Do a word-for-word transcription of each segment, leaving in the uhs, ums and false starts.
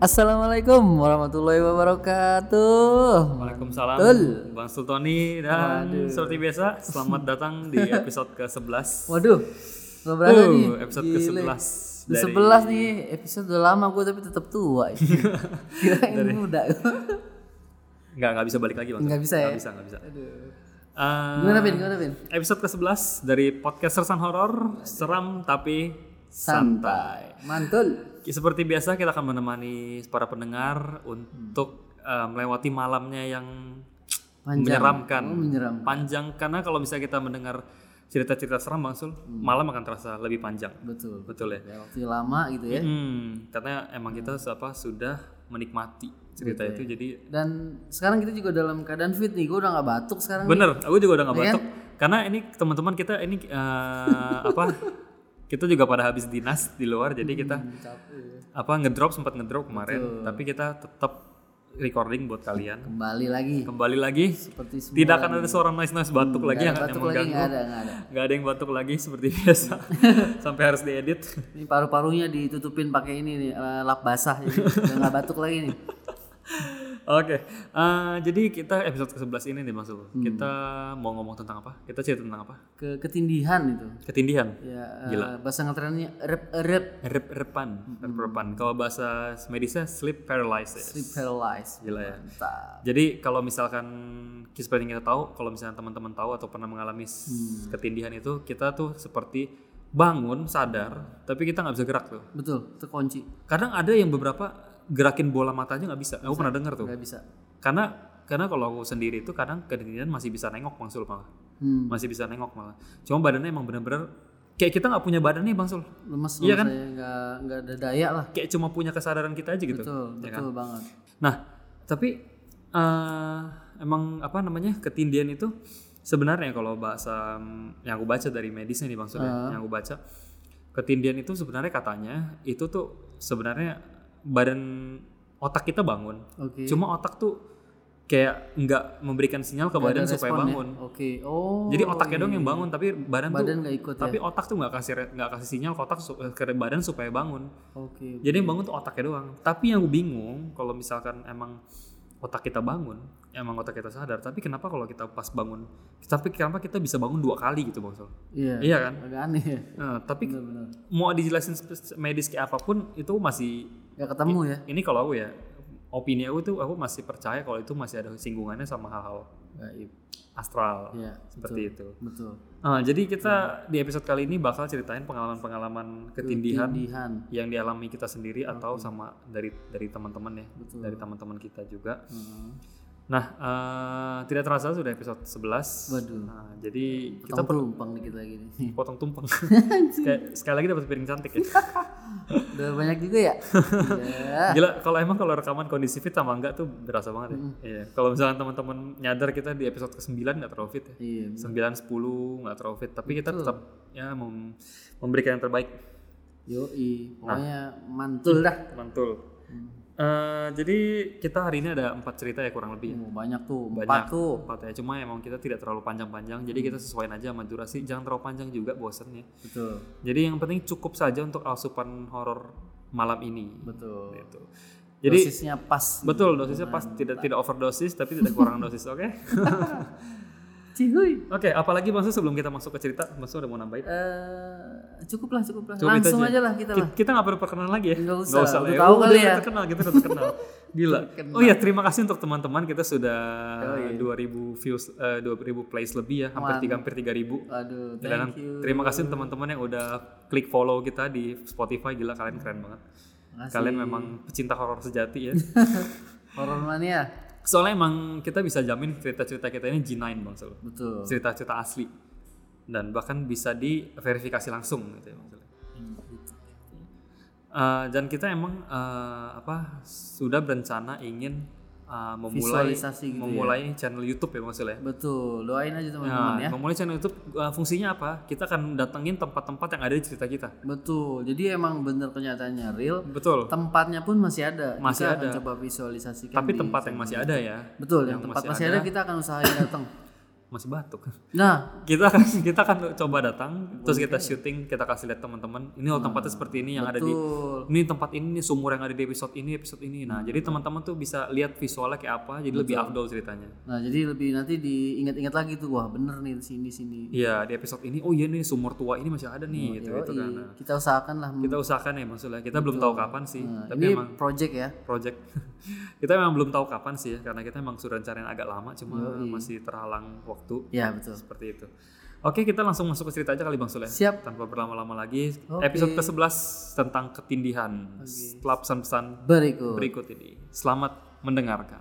Assalamualaikum warahmatullahi wabarakatuh. Waalaikumsalam. Betul. Bang Sultoni dan Waduh. seperti biasa selamat datang di episode ke sebelas. Waduh, gak berasa Uh, nih. episode Gile. ke sebelas. Udah sebelas nih, episode udah lama gue tapi tetap tua. Kirain muda. Enggak, enggak bisa balik lagi Bang. Nggak bisa ya? Nggak bisa, enggak bisa. Aduh. Uh, Gimana Vin? Gimana Vin? Episode ke sebelas dari podcast Sersan Horor, seram tapi santai. Mantul. Seperti biasa kita akan menemani para pendengar untuk uh, melewati malamnya yang Panjang. menyeramkan. Oh, menyeramkan. Panjang karena kalau misalnya kita mendengar cerita-cerita seram Bang Sul, Hmm. malam akan terasa lebih panjang. Betul. Betul ya? Ya, waktu lama gitu ya. Hmm, karena emang kita apa sudah menikmati cerita Gitu itu jadi Dan sekarang kita juga dalam keadaan fit nih. Gue udah gak batuk sekarang. bener, aku juga udah nggak Iya batuk karena ini teman-teman kita ini eh, apa kita juga pada habis dinas di luar jadi kita nih. Capek. apa ngedrop sempat ngedrop kemarin tapi kita tetap recording buat kalian Kembali lagi. kembali lagi Seperti semula. tidak akan ada suara noise noise batuk lagi yang Nggak ada yang batuk lagi, mengganggu nggak ada, nggak ada. nggak ada yang batuk lagi seperti biasa sampai harus diedit. Ini paru-parunya ditutupin pakai ini nih, eh, lap basah jadi udah nggak batuk lagi nih. Oke, eh, jadi kita episode ke sebelas ini nih Mas Sul. Hmm. Kita mau ngomong tentang apa? Kita cerita tentang apa? Ke ketindihan itu. Ketindihan. Ya, eh, Gila. bahasa ngetrennya rep rep Rep-repan, rep-repan. Kalau bahasa medisnya sleep paralysis. sleep paralysis. Gila ya. Mantap. Jadi kalau misalkan seperti yang kita tahu, kalau misalnya teman-teman tahu atau pernah mengalami s- Hmm. ketindihan itu, kita tuh seperti bangun sadar, tapi kita nggak bisa gerak tuh. Betul, terkunci. Kadang ada yang beberapa gerakin bola matanya nggak bisa. Aku pernah dengar tuh. Nggak bisa. Karena karena kalau aku sendiri itu kadang ketindihan masih bisa nengok Bang Sul malah. Hmm. Masih bisa nengok malah. Cuma badannya emang bener-bener kayak kita nggak punya badan nih Bang Sul. Lemes Iya kan? saya nggak nggak ada daya lah. Kayak cuma punya kesadaran kita aja gitu. Betul, ya betul kan? banget. Nah, tapi eh, emang apa namanya ketindihan itu sebenarnya kalau bahasa mm, yang aku baca dari medisnya nih Bang Sul, ya, yang aku baca ketindihan itu sebenarnya katanya itu tuh sebenarnya badan otak kita bangun, Oke. cuma otak tuh kayak nggak memberikan sinyal ke Nggak badan ada supaya respon ya? bangun. Oke. Oh. Jadi otaknya dong yang bangun, tapi badan, Badan tuh nggak ikut tapi ya. otak tuh nggak kasih re- nggak kasih sinyal ke otak su- ke badan supaya bangun. Oke. Jadi yang bangun tuh otaknya doang. Tapi yang gue bingung kalau misalkan emang otak kita bangun, emang otak kita sadar. Tapi kenapa kalau kita pas bangun, tapi kenapa kita bisa bangun dua kali gitu Bang Sol? Iya. Iya kan? Agak aneh ya. Nah, tapi Benar-benar. mau dijelasin spe- medis kayak apapun itu masih Gak ketemu ya. ini kalau aku ya opini aku tuh aku masih percaya kalau itu masih ada singgungannya sama hal-hal Gaib. astral Iya. seperti itu. Betul. Nah, jadi kita di episode kali ini bakal ceritain pengalaman-pengalaman ketindihan Ketindihan. yang dialami kita sendiri atau sama dari dari teman-teman ya, Betul. dari teman-teman kita juga. Hmm. Nah, eh, tidak terasa sudah episode sebelas. Waduh. Nah, jadi kita Kita pelumpang dikit lagi nih. potong tumpeng. sekali, sekali lagi dapat piring cantik ya. Udah banyak juga ya. Iya. Gila, kalau emang kalau rekaman kondisi fit sama enggak tuh berasa banget ya. Iya. Kalau misalkan teman-teman nyadar kita di episode ke sembilan enggak terlalu fit ya. Iya. sembilan sepuluh enggak terlalu fit, tapi kita tetap ya mem- memberikan yang terbaik. Yoi. Pokoknya mantul dah. Mantul. Eh, jadi kita hari ini ada empat cerita ya kurang lebih. Oh, banyak tuh. Banyak. Empat tuh. Empat ya. Cuma emang kita tidak terlalu panjang-panjang. Jadi kita sesuaiin aja sama durasi. Jangan terlalu panjang juga bosannya. Betul. Jadi yang penting cukup saja untuk asupan horor malam ini. Betul. Gitu. Jadi Dosisnya pas. betul dosisnya pas, tidak tidak overdosis tapi tidak kurang dosis, oke? Cihuy. Oke, apalagi maksud sebelum kita masuk ke cerita, maksud udah mau nambahin? Eh, cukup lah, cukup lah. Cukup itu Langsung aja lah kita lah. Kita nggak perlu perkenalan lagi ya? Nggak usah, lah udah ya. tahu Oh, kali udah ya. terkenal, kita udah terkenal. Gila. Oh iya, terima kasih untuk teman-teman. Kita sudah dua ribu views, eh, dua ribu plays lebih ya, hampir tiga hampir tiga ribu. Aduh, Dan thank you. terima kasih teman-teman yang udah klik follow kita di Spotify. Gila, kalian keren banget. Makasih. Kalian memang pecinta horor sejati ya. Horor mania. Soalnya emang kita bisa jamin cerita-cerita kita ini G nine Bang Sul. Betul. Cerita-cerita asli. Dan bahkan bisa diverifikasi langsung gitu ya Bang Sul. Uh, dan kita emang uh, apa sudah berencana ingin uh, memulai Visualisasi gitu memulai channel YouTube ya Bang Sul ya. Betul. Doain aja teman-teman ya. Nah, memulai channel YouTube uh, fungsinya apa? Kita akan datengin tempat-tempat yang ada di cerita kita. Betul. Jadi emang bener kenyataannya real. Betul. Tempatnya pun masih ada. Masih kita ada. akan coba visualisasikan. Tapi di tempat yang channel. masih ada ya. Betul. Yang, yang tempat masih masih ada. ada kita akan usahain datang. masih batuk. Nah, kita kan kita kan coba datang, terus kita syuting, kita kasih lihat teman-teman, ini loh tempatnya seperti ini yang betul. ada di ini tempat ini, nih sumur yang ada di episode ini, episode ini. Nah, jadi teman-teman tuh bisa lihat visualnya kayak apa, jadi betul. Lebih afdol ceritanya. Nah, jadi lebih nanti diingat-ingat lagi tuh, wah bener nih di sini sini. Iya, di episode ini, oh iya nih sumur tua ini masih ada nih, oh, gitu gitu kan. Nah, kita usahakan lah. Kita usahakan ya maksudnya. Kita betul. Belum tahu kapan sih. Nah, tapi ini emang project ya. Project. Kita memang belum tahu kapan sih ya, karena kita memang sudah rencanain agak lama, cuma Yoi. masih terhalang waktu. Ya betul. Seperti itu. Oke, kita langsung masuk ke cerita aja kali Bang Sule. Siap. Tanpa berlama-lama lagi. Oke. Episode kesebelas tentang ketindihan. Oke. Setelah pesan-pesan berikut. berikut ini. Selamat mendengarkan.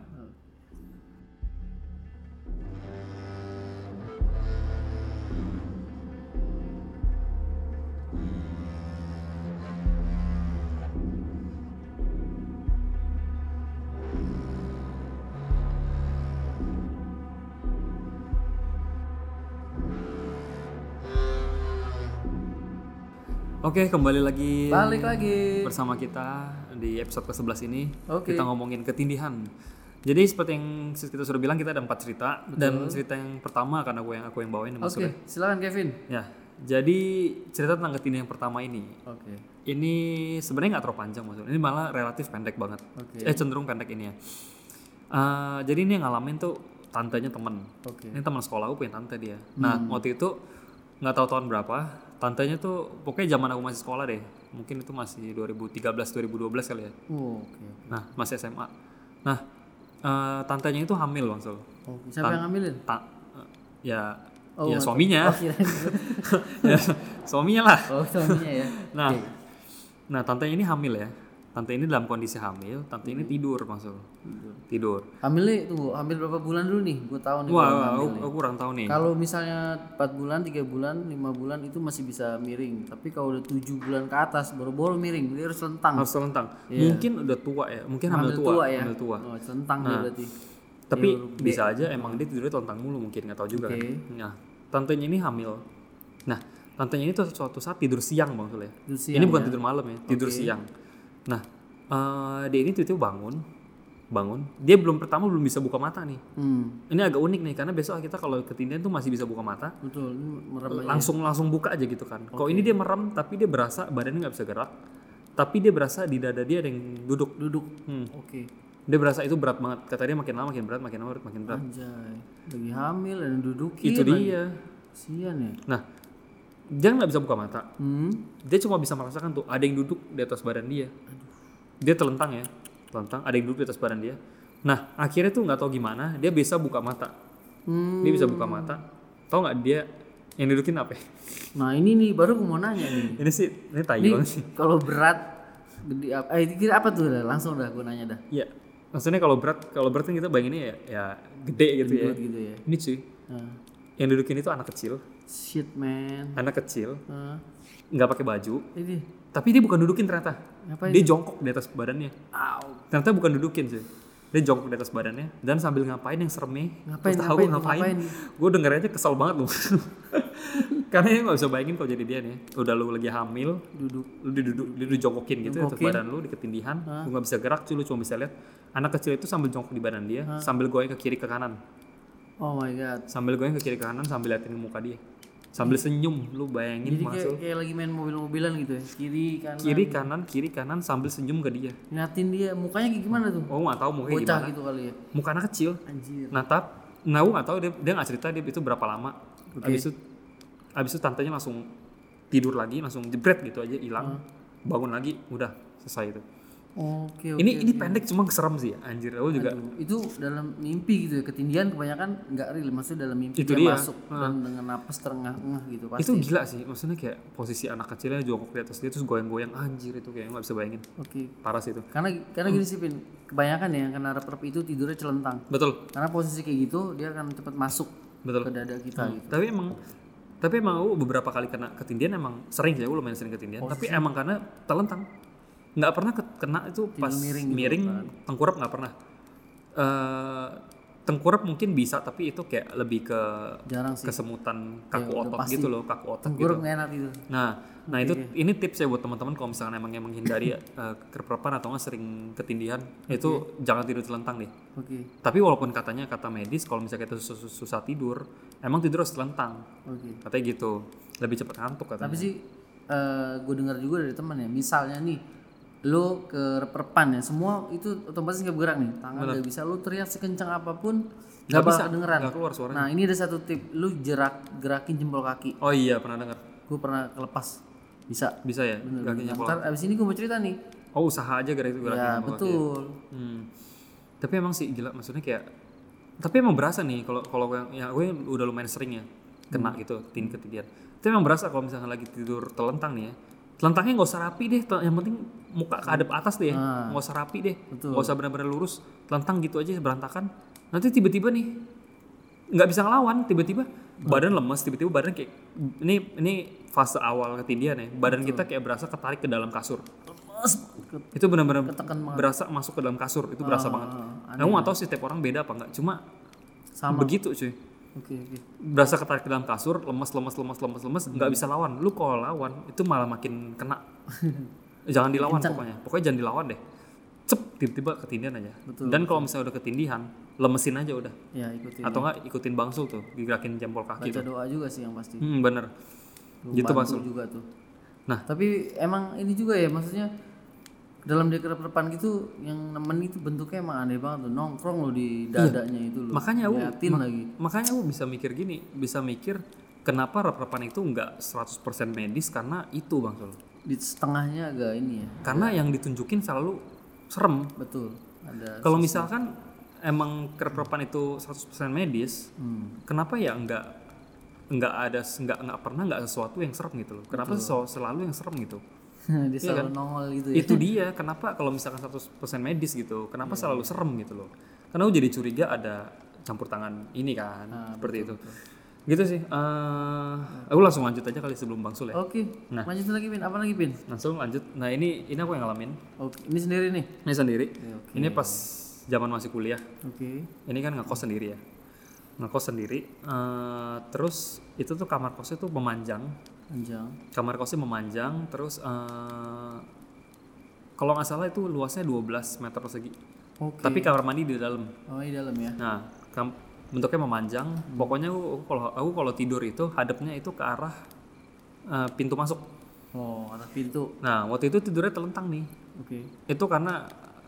Oke, kembali lagi Balik lagi bersama kita di episode kesebelas ini. Oke. Kita ngomongin ketindihan. Jadi seperti yang kita sudah bilang, kita ada empat cerita. Betul. Dan cerita yang pertama karena gue yang aku yang bawain. Oke, silakan Kevin. Ya, jadi cerita tentang ketindihan yang pertama ini. Oke. Ini sebenarnya nggak terlalu panjang maksudnya. Ini malah relatif pendek banget. Oke. Eh cenderung pendek ini ya. Uh, jadi ini yang ngalamin tuh tantenya temen. Oke. Ini teman sekolah aku punya tante dia. Nah hmm. waktu itu nggak tahu tahun berapa. Tantenya tuh pokoknya zaman aku masih sekolah deh. Mungkin itu masih dua ribu tiga belas dua ribu dua belas kali ya. Oh, oke. Okay. Nah, masih S M A. Nah, uh, tantenya itu hamil Bang Sul. Oh, siapa Tan- yang hamilin? Ta- uh, ya oh, ya suaminya. Oh, ya, suaminya lah. Oh, suaminya ya. Nah. Okay. Nah, tantenya ini hamil ya. Tante ini dalam kondisi hamil, tante hmm. ini tidur Bang Sul. Tidur. Tidur. Hamilnya tunggu, hamil berapa bulan dulu nih? Gue tahu nih. Wah, aku, aku kurang tahu nih. Kalau misalnya empat bulan, tiga bulan, lima bulan itu masih bisa miring. Tapi kalau udah tujuh bulan ke atas baru-baru miring, dia harus lentang. Harus lentang. Yeah. Mungkin udah tua ya, mungkin hamil, hamil tua, tua ya. Hamil tua. Oh, lentang nah, berarti. Tapi ya, bisa aja emang dia tidurnya telentang mulu, mungkin nggak tahu juga. Okay. Kan. Nah, tantenya ini hamil. Nah, tantenya ini tuh suatu saat tidur siang Bang Sul ya. Ini bukan ya? Tidur malam ya, tidur okay. siang. Nah, Uh, dia ini tiba-tiba bangun, bangun. Dia belum pertama belum bisa buka mata nih. Hmm. Ini agak unik nih karena besok kita kalau ketindihan tuh masih bisa buka mata. Betul. Merem langsung aja. langsung buka aja gitu kan. Okay. Kalau ini dia merem tapi dia berasa badannya nggak bisa gerak. Tapi dia berasa di dada dia ada yang duduk. Duduk. Hmm. Oke. Okay. Dia berasa itu berat banget. Kata dia makin lama makin berat, makin lama makin berat. Anjay. Lagi hamil dan dudukin. Itu dia. Sian ya. Nah, dia nggak bisa buka mata. Hmm. Dia cuma bisa merasakan tuh ada yang duduk di atas badan dia. Aduh. Dia telentang ya, telentang. Ada yang duduk di atas badan dia. Nah, akhirnya tuh nggak tahu gimana, dia bisa buka mata. Hmm. Dia bisa buka mata. Tahu nggak dia yang dudukin apa? Nah ini nih baru gue mau nanya nih. ini sih, ini tai banget sih. Kalau berat, gede apa? Eh kira apa tuh? Langsung dah gue nanya dah. Iya, maksudnya kalau berat, kalau berat kan kita bayanginnya ya, ya gede gitu ya. Gitu ya. Ini cuy, uh. yang dudukin itu anak kecil. Shit man. Anak kecil, uh. nggak pakai baju. Ini. Tapi dia bukan dudukin ternyata. Ngapain? Dia jongkok di atas badannya. Au. Ternyata bukan dudukin sih. Dia jongkok di atas badannya dan sambil ngapain yang seremnya. Ngapain? Tahu ngapain, ngapain? ngapain. Gue denger aja kesel banget loh. Karena dia nggak bisa bayangin kalau jadi dia nih. Udah lu lagi hamil, duduk, lu diduduk, lu dijongkokin gitu di atas badan lu di ketindihan. Huh? Lu nggak bisa gerak, lu cuma bisa lihat anak kecil itu sambil jongkok di badan dia, huh? sambil goyang ke kiri ke kanan. Oh my god. Sambil goyang ke kiri ke kanan sambil liatin muka dia. Sambil senyum, lu bayangin. Jadi kayak, kayak lagi main mobil-mobilan gitu ya, kiri kanan. Kiri kanan, kiri kanan sambil senyum ke dia. Ngeliatin dia, mukanya kayak gimana tuh? Oh nggak tahu mukanya Bocah gimana. Gitu kali ya. Muka anak kecil. Anjir. Nah tap, nah gue nggak tahu dia dia nggak cerita dia itu berapa lama. Okay. Abis itu, abis itu tantenya langsung tidur lagi, langsung jebret gitu aja hilang, hmm. bangun lagi, udah selesai itu. Oke, oke. Ini oke. ini pendek cuma serem sih, anjir. Aku juga. Aduh, itu dalam mimpi gitu ya. Ketindihan kebanyakan nggak real, maksudnya dalam mimpi itu dia, dia masuk nah. dan dengan napas terengah-engah gitu pasti. Itu gila sih, maksudnya kayak posisi anak kecilnya jongkok di atas dia terus goyang-goyang, anjir itu kayak nggak bisa bayangin. Oke. Okay. Parah sih itu. Karena karena hmm. gini sih Pin, kebanyakan ya yang kena rep-rep itu tidurnya celentang. Betul. Karena posisi kayak gitu dia akan cepat masuk Betul. ke dada kita. Hmm. Gitu. Tapi emang tapi emang aku beberapa kali kena ketindihan emang sering sih, aku lumayan sering ketindihan. Posisi. Tapi emang karena telentang. Nggak pernah kena itu pas miring, miring gitu, kan. Tengkurap nggak pernah. Uh, tengkurap mungkin bisa, tapi itu kayak lebih ke jarang sih. kesemutan kaku Ya, udah otot pasti. gitu loh, kaku otot Tengkurap gitu. nggak enak itu. Nah, nah itu ini tips ya buat teman-teman kalau misalnya emang yang menghindari uh, kereprepan atau nggak sering ketindihan, itu jangan tidur telentang deh. Oke. Tapi walaupun katanya kata medis kalau misalnya kita sus- sus- susah tidur, emang tidur harus telentang. Oke. Katanya gitu, lebih cepat ngantuk katanya. Tapi sih gue dengar juga dari teman ya, misalnya nih lo ke reperpan ya, semua itu otomatis nggak bergerak nih, tangan nggak bisa, lo teriak sekencang apapun nggak bisa kedengeran. Nggak keluar suaranya. Nah ini ada satu tip, lo jerak gerakin jempol kaki. Oh iya, pernah dengar. Gue pernah kelepas, bisa. Bisa ya? Bener, Gerakin bener. jempol. Ntar abis ini gue mau cerita nih. Oh, usaha aja gerak itu gerakin Ya jempol kaki. betul. Hmm. Tapi emang sih gila, maksudnya kayak, tapi emang berasa nih kalau kalau yang, yang gue udah lumayan sering ya kena gitu tin ketindihan. Tapi emang berasa kalau misalnya lagi tidur telentang nih ya, telentangnya nggak usah rapi deh, tel- yang penting muka ke hadap atas deh, Ah. nggak usah rapi deh, Betul. nggak usah benar-benar lurus, telentang gitu aja berantakan. Nanti tiba-tiba nih nggak bisa ngelawan, tiba-tiba badan lemes, tiba-tiba badan kayak ini ini fase awal ketindihan ya, badan kita kayak berasa ketarik ke dalam kasur. Lemes banget. Itu benar-benar Ketekan banget. berasa masuk ke dalam kasur, itu berasa banget. aneh Aku nggak tahu sih setiap orang beda apa enggak, cuma Sama. begitu cuy. Oke oke. Berasa ketarik ke dalam kasur, lemes lemes lemes lemes lemes, nggak bisa lawan. Lu kalau lawan itu malah makin kena. Jangan dilawan pokoknya. Pokoknya jangan dilawan deh. Cep, tiba-tiba ketindihan aja. Betul, Dan kalau misalnya udah ketindihan, lemesin aja udah. Ya ikutin. Atau enggak ikutin bangsul tuh, digerakin jempol kaki Baca tuh. doa juga sih yang pasti. Hmm, bener. Gitu Bantu bangsul. juga tuh. Nah. Tapi emang ini juga ya, maksudnya dalam di depan gitu yang nemen itu bentuknya emang aneh banget tuh, nongkrong lo di dadanya itu lo. Makanya aku liatin ma- lagi. makanya aku bisa mikir gini, bisa mikir kenapa rep-repan itu enggak seratus persen medis karena itu bangsul. Di setengahnya agak ini ya. Karena yang ditunjukin selalu serem. Betul. Ada Kalau misalkan emang kereprepan itu seratus persen medis, hmm. kenapa ya enggak enggak ada enggak enggak pernah enggak sesuatu yang serem gitu loh. Kenapa sel- selalu yang serem gitu? dia Iya selalu kan? nongol gitu ya. Itu dia kenapa kalau misalkan seratus persen medis gitu, kenapa selalu serem gitu loh. Karena aku jadi curiga ada campur tangan ini kan, Ah, seperti itu. Gitu sih. Eh, aku langsung lanjut aja kali sebelum Bang Sul ya. Oke. Nah. Lanjut lagi Pin, apa lagi Pin? Langsung lanjut. Nah, ini ini aku yang ngalamin. Oke, ini sendiri nih. Ini sendiri. Oke. Ini pas zaman masih kuliah. Oke. Ini kan ngekos sendiri ya. Ngekos sendiri. Eh, terus itu tuh kamar kosnya tuh memanjang. Panjang. Kamar kosnya memanjang. Terus eh, kalau nggak salah itu luasnya dua belas meter persegi. Oke. Tapi kamar mandi di dalam. Oh, di dalam ya. Nah, kam- bentuknya memanjang. Pokoknya aku aku kalau aku kalau tidur itu hadapnya itu ke arah eh, pintu masuk. Oh, arah pintu. Nah, waktu itu tidurnya telentang nih. Oke. Itu karena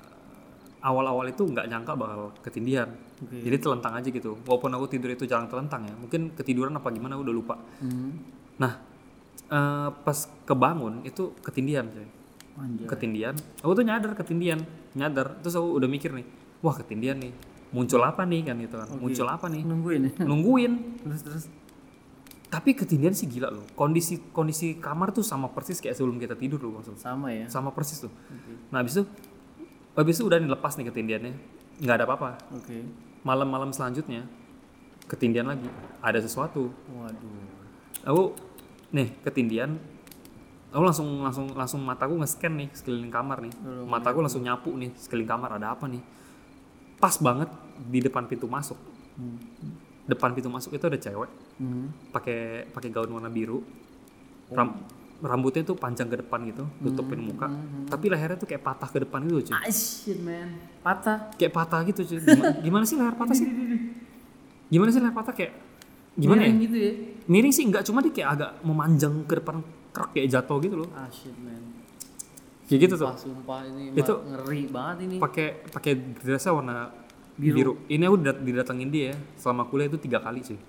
eh, awal-awal itu nggak nyangka bakal ketindihan. Oke. Jadi telentang aja gitu. Walaupun aku tidur itu jarang telentang ya. Mungkin ketiduran apa gimana aku udah lupa. Hmm. Nah, eh, pas kebangun itu ketindihan coy. Anjay. Ketindihan. Aku tuh nyadar ketindihan, nyadar. Terus aku udah mikir nih, wah ketindihan nih. Muncul apa nih kan gitu kan. Oke. Muncul apa nih? Nungguin ya. Nungguin. terus terus. Tapi ketindihan sih gila loh. Kondisi kondisi kamar tuh sama persis kayak sebelum kita tidur loh maksudnya. Sama ya. Sama persis tuh. Oke. Nah, habis itu habis itu udah nih lepas nih ketindihannya. Nggak ada apa-apa. Oke. Malam-malam selanjutnya ketindihan lagi. Ada sesuatu. Waduh. Aku nih ketindihan. Aku langsung langsung langsung mataku nge-scan nih sekeliling kamar nih. Lalu Mataku langsung nyapu nih sekeliling kamar ada apa nih. Pas banget di depan pintu masuk. Hmm. Depan pintu masuk itu ada cewek Hmm. pakai pakai gaun warna biru. Ram- rambutnya tuh panjang ke depan gitu, tutupin muka. Tapi lehernya tuh kayak patah ke depan gitu, cuy. Ah, shit man. Patah. Kayak patah gitu, cuy. Gimana, gimana sih leher patah sih? Gimana sih leher patah kayak gimana ya? Miring gitu ya. Miring sih enggak, cuma dia kayak agak memanjang ke depan, kerak kayak jatuh gitu loh. Ah shit man. Kayak gitu tuh. Sumpah, sumpah ini Itu- ma- ngeri banget ini. Pakai pakai dressnya warna biru. Ini aku dat- didatengin dia ya. Selama kuliah itu tiga kali sih.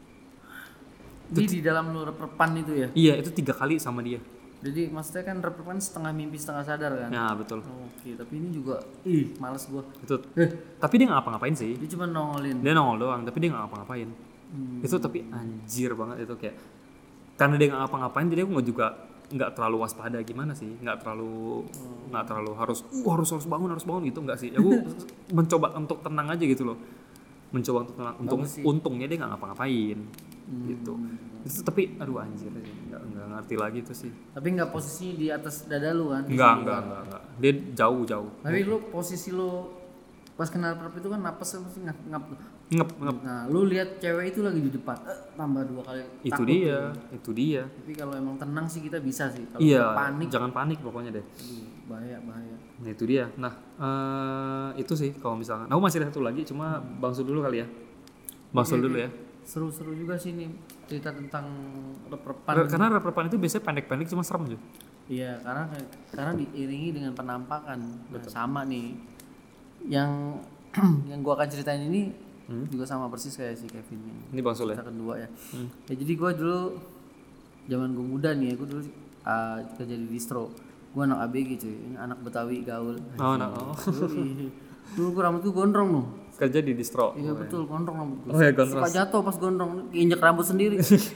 Di di dalam lu reperpan itu ya. Iya, itu tiga kali sama dia. Jadi maksudnya kan reperpan setengah mimpi setengah sadar kan. Nah, betul. Oke, tapi ini juga ih males gua. Itu. Tapi dia nggak ngapa-ngapain sih. Dia cuma nongolin. Dia nongol doang, tapi dia nggak ngapa-ngapain. Hmm. Itu tapi anjir banget itu kayak karena dia nggak ngapa-ngapain, jadi aku nggak juga nggak terlalu waspada gimana sih, nggak terlalu nggak terlalu harus uh harus harus bangun harus bangun gitu nggak sih. Aku mencoba untuk tenang aja gitu loh, mencoba untuk tenang. Untung Bagus sih. untungnya dia nggak ngapa-ngapain gitu. Itu tapi aduh anjir nggak nggak ngerti lagi itu sih. Tapi nggak posisinya di atas dada lu kan? Di Nggak sini nggak kan? nggak nggak. Dia jauh jauh. Tapi lu posisi lu pas kena rep itu kan napasnya mesti ngap ngap tuh. Ngep ngep. Nah, lu lihat cewek itu lagi di depan, eh, tambah dua kali. Itu dia, tuh. itu dia. Tapi kalau emang tenang sih kita bisa sih. Kalau iya, panik, jangan panik pokoknya deh. Aduh, bahaya bahaya. Nah itu dia. Nah uh, itu sih kalau misalkan. Nah, aku masih ada satu lagi, cuma hmm. Bang Sul dulu kali ya. Bang Sul dulu ya. Seru-seru juga sih nih cerita tentang rep-repan. Karena rep-repan itu biasanya pendek-pendek cuma serem juga. Iya, karena karena diiringi dengan penampakan. Nah, sama nih. Yang yang gua akan ceritain ini hmm? juga sama persis kayak si Kevin ini. Ini Bang Sul ya. Kedua ya. Hmm. Ya jadi gua dulu zaman gua muda nih, gua dulu uh, kerja di distro. Gua anak A B G cuy, ini anak Betawi gaul. Oh, anak. Oh. Dulu gua rambut gua gondrong loh. Kerja di distro. Iya oh, betul, ya. Gondrong rambut gua. Oh ya, gondrong. Suka jatuh pas gondrong, injek rambut sendiri.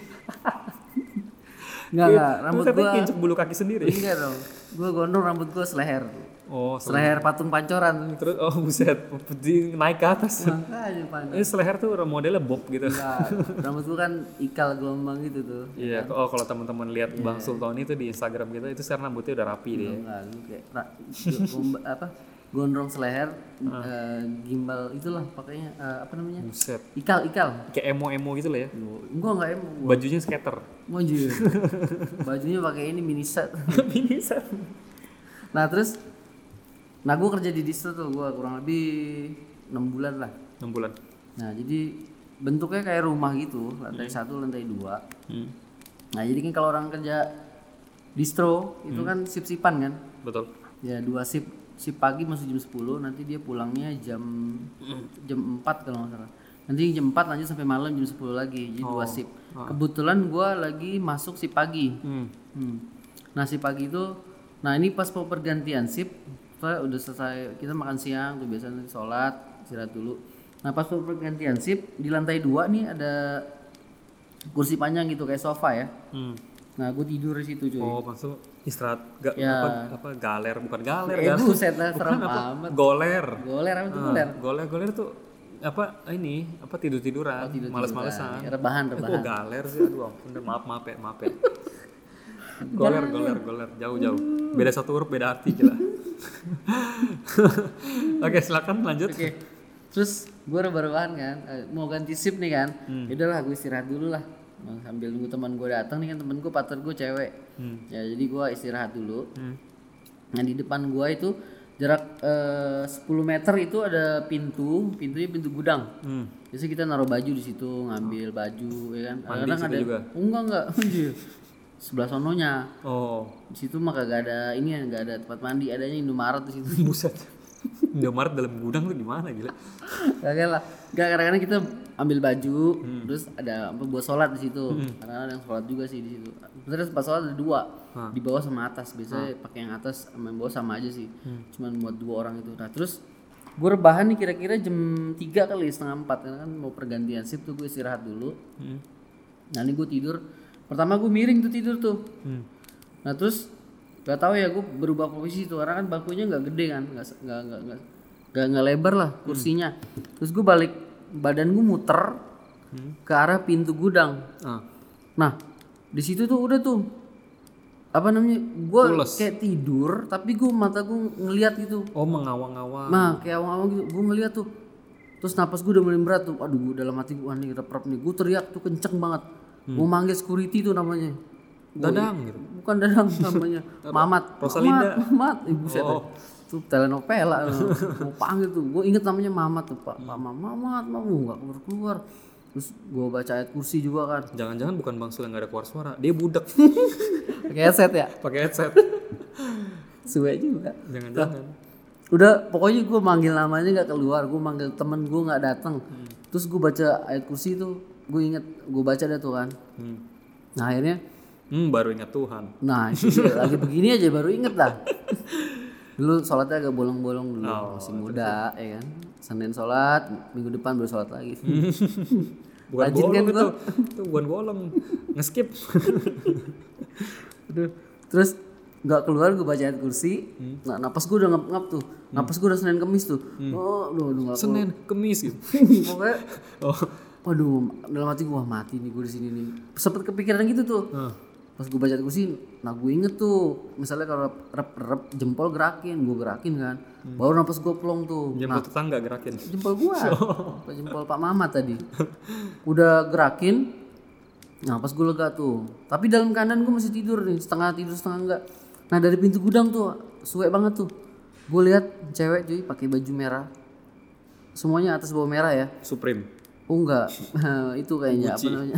Enggak, enggak, rambut gua injek bulu kaki sendiri. Enggak dong. Gua gondrong rambut gua seleher. Oh, seleher patung pancoran. Terus oh buset, naik ke atas. Makanya panas. Ini seleher tuh modelnya bob gitu. Enggak, rambut gua kan ikal gelombang gitu tuh. Iya, kan? Oh kalau teman-teman lihat yeah. Bang Sultan itu di Instagram kita itu sekarang rambutnya udah rapi deh. Enggak, lu kayak apa? Gondrong seleher, uh. uh, gimbal itulah pakainya uh, apa namanya? Buset. Ikal, ikal. Kayak emo-emo gitu lah ya. Enggak, enggak emo. Gua. Bajunya skater. Anjir. Bajunya pakai ini mini set. Mini set. Nah, terus nah gue kerja di distro tuh, gue kurang lebih enam bulan lah. enam bulan. Nah, jadi bentuknya kayak rumah gitu, lantai hmm. satu, lantai dua. Hmm. Nah, jadi kan kalau orang kerja distro itu hmm. kan sip-sipan kan? Betul. Ya, dua sip. Sip pagi masuk jam sepuluh, nanti dia pulangnya jam hmm. jam empat kalau nggak salah. Nanti jam empat lanjut sampai malam jam sepuluh lagi, jadi oh. dua sip. Oh. Kebetulan gue lagi masuk sip pagi. Hmm. Hmm. Nah, sip pagi itu, nah ini pas mau pergantian sip, udah selesai kita makan siang tuh biasanya sholat istirahat dulu. Nah pas pergantian sip di lantai dua nih ada kursi panjang gitu kayak sofa ya. Hmm. Nah gue tidur di situ cuy. Oh maksud istirahat gak ya. apa, apa galer bukan galer eh, galer. Buset lah serem amat. Goler. Goler apa tuh uh, goler? Goler goler tuh apa ini apa tidur tiduran, oh, tidur males-malesan. Ya, rebahan rebahan. Eh, kok galer sih aduh ampun maaf maaf ya maaf ya. Goler goler goler jauh jauh beda satu huruf beda arti gila. Oke silakan lanjut. Oke. Terus gue rebahan kan, mau ganti sip nih kan. Hmm. Yaudahlah gue istirahat dulu lah. Sambil nunggu teman gue datang nih kan, temen gue partner gue cewek. Hmm. Ya jadi gue istirahat dulu. Hmm. Nah di depan gue itu jarak uh, sepuluh meter itu ada pintu, pintunya pintu gudang. Hmm. Biasanya kita naruh baju di situ, ngambil baju ya kan. Mandi situ ada, juga? Oh, enggak enggak. Sebelah sononya. Oh. Di situ mah kagak ada ini ya, enggak ada tempat mandi, adanya Indomaret di situ. Buset. Indomaret dalam gudang tuh gimana gila? Kagak lah. Enggak, kadang-kadang kita ambil baju, hmm. terus ada apa buat sholat di situ. Hmm. Karena ada yang sholat juga sih di situ. Sebenarnya tempat sholat ada dua, hmm. di bawah sama atas. Biasanya hmm. pakai yang atas sama yang bawah sama aja sih. Hmm. Cuman buat dua orang itu. Nah, terus gue rebahan nih kira-kira jam tiga kali setengah empat karena kan mau pergantian shift tuh gue istirahat dulu. Hmm. Nah, ini gue tidur. Pertama gue miring tuh tidur tuh. Hmm. Nah, terus gak tahu ya gue berubah posisi tuh karena kan bangkunya nggak gede kan, nggak nggak nggak nggak nggak lebar lah kursinya. Hmm. Terus gue balik, badan gue muter hmm. ke arah pintu gudang. Ah. Nah di situ tuh udah tuh apa namanya, gue kayak tidur tapi gue mata gue ngeliat gitu. Oh mengawang-awang. Nah kayak awang-awang gitu, gue ngeliat tuh. Terus napas gue udah mulai berat tuh, aduh dalam hati gue nih rep-rep nih, gue teriak tuh kenceng banget. Hmm. Gue manggil security tuh namanya. Dadang gua, gitu. Bukan Dadang namanya. Mamat. Rosalinda. Mamat. Ibu saya oh. tuh telenovela. Mau panggil tuh. Gue inget namanya Mamat tuh Pak. Pak Mamat, Mamat, enggak keluar-keluar. Terus gue baca ayat kursi juga kan. Jangan-jangan bukan Bang Sul yang gak ada keluar suara. Dia budak. Pakai headset ya? Pakai headset. Suwe juga. Jangan-jangan. Nah, udah pokoknya gue manggil namanya gak keluar. Gue manggil temen gue gak datang. Hmm. Terus gue baca ayat kursi tuh. Gue inget. Gue baca dah tuh kan. Hmm. Nah akhirnya. Hmm baru ingat Tuhan. Nah itu lagi begini aja baru inget lah. Dulu sholatnya agak bolong-bolong dulu. Oh, masih muda terus. Ya kan. Senin sholat. Minggu depan baru sholat lagi. Bukan Rajin bolong kan itu. Itu bukan bolong. Nge-skip. Terus gak keluar gue baca ayat kursi. Hmm. Nah napas gue udah ngap-ngap tuh. Napas gue udah Senin Kemis tuh. Hmm. Oh aduh, aduh gak Senin Kemis gitu. Pokoknya. Oh. Waduh dalam hati gue mati nih gue di sini nih. Sempet kepikiran gitu tuh. Hmm. Pas gue baca kursi, nah gue inget tuh misalnya kalau rep-rep jempol gerakin, gue gerakin kan, hmm. baru napas gue plong tuh. Jempol nah, tetangga gerakin. Jempol gue, jempol Pak Mamat tadi, udah gerakin, nah pas gue lega tuh. Tapi dalam keadaan gue masih tidur nih, setengah tidur setengah enggak. Nah dari pintu gudang tuh, suwe banget tuh, gue lihat cewek cuy pakai baju merah, semuanya atas bawah merah ya. Supreme. Oh enggak, itu kayaknya Gucci. apa namanya?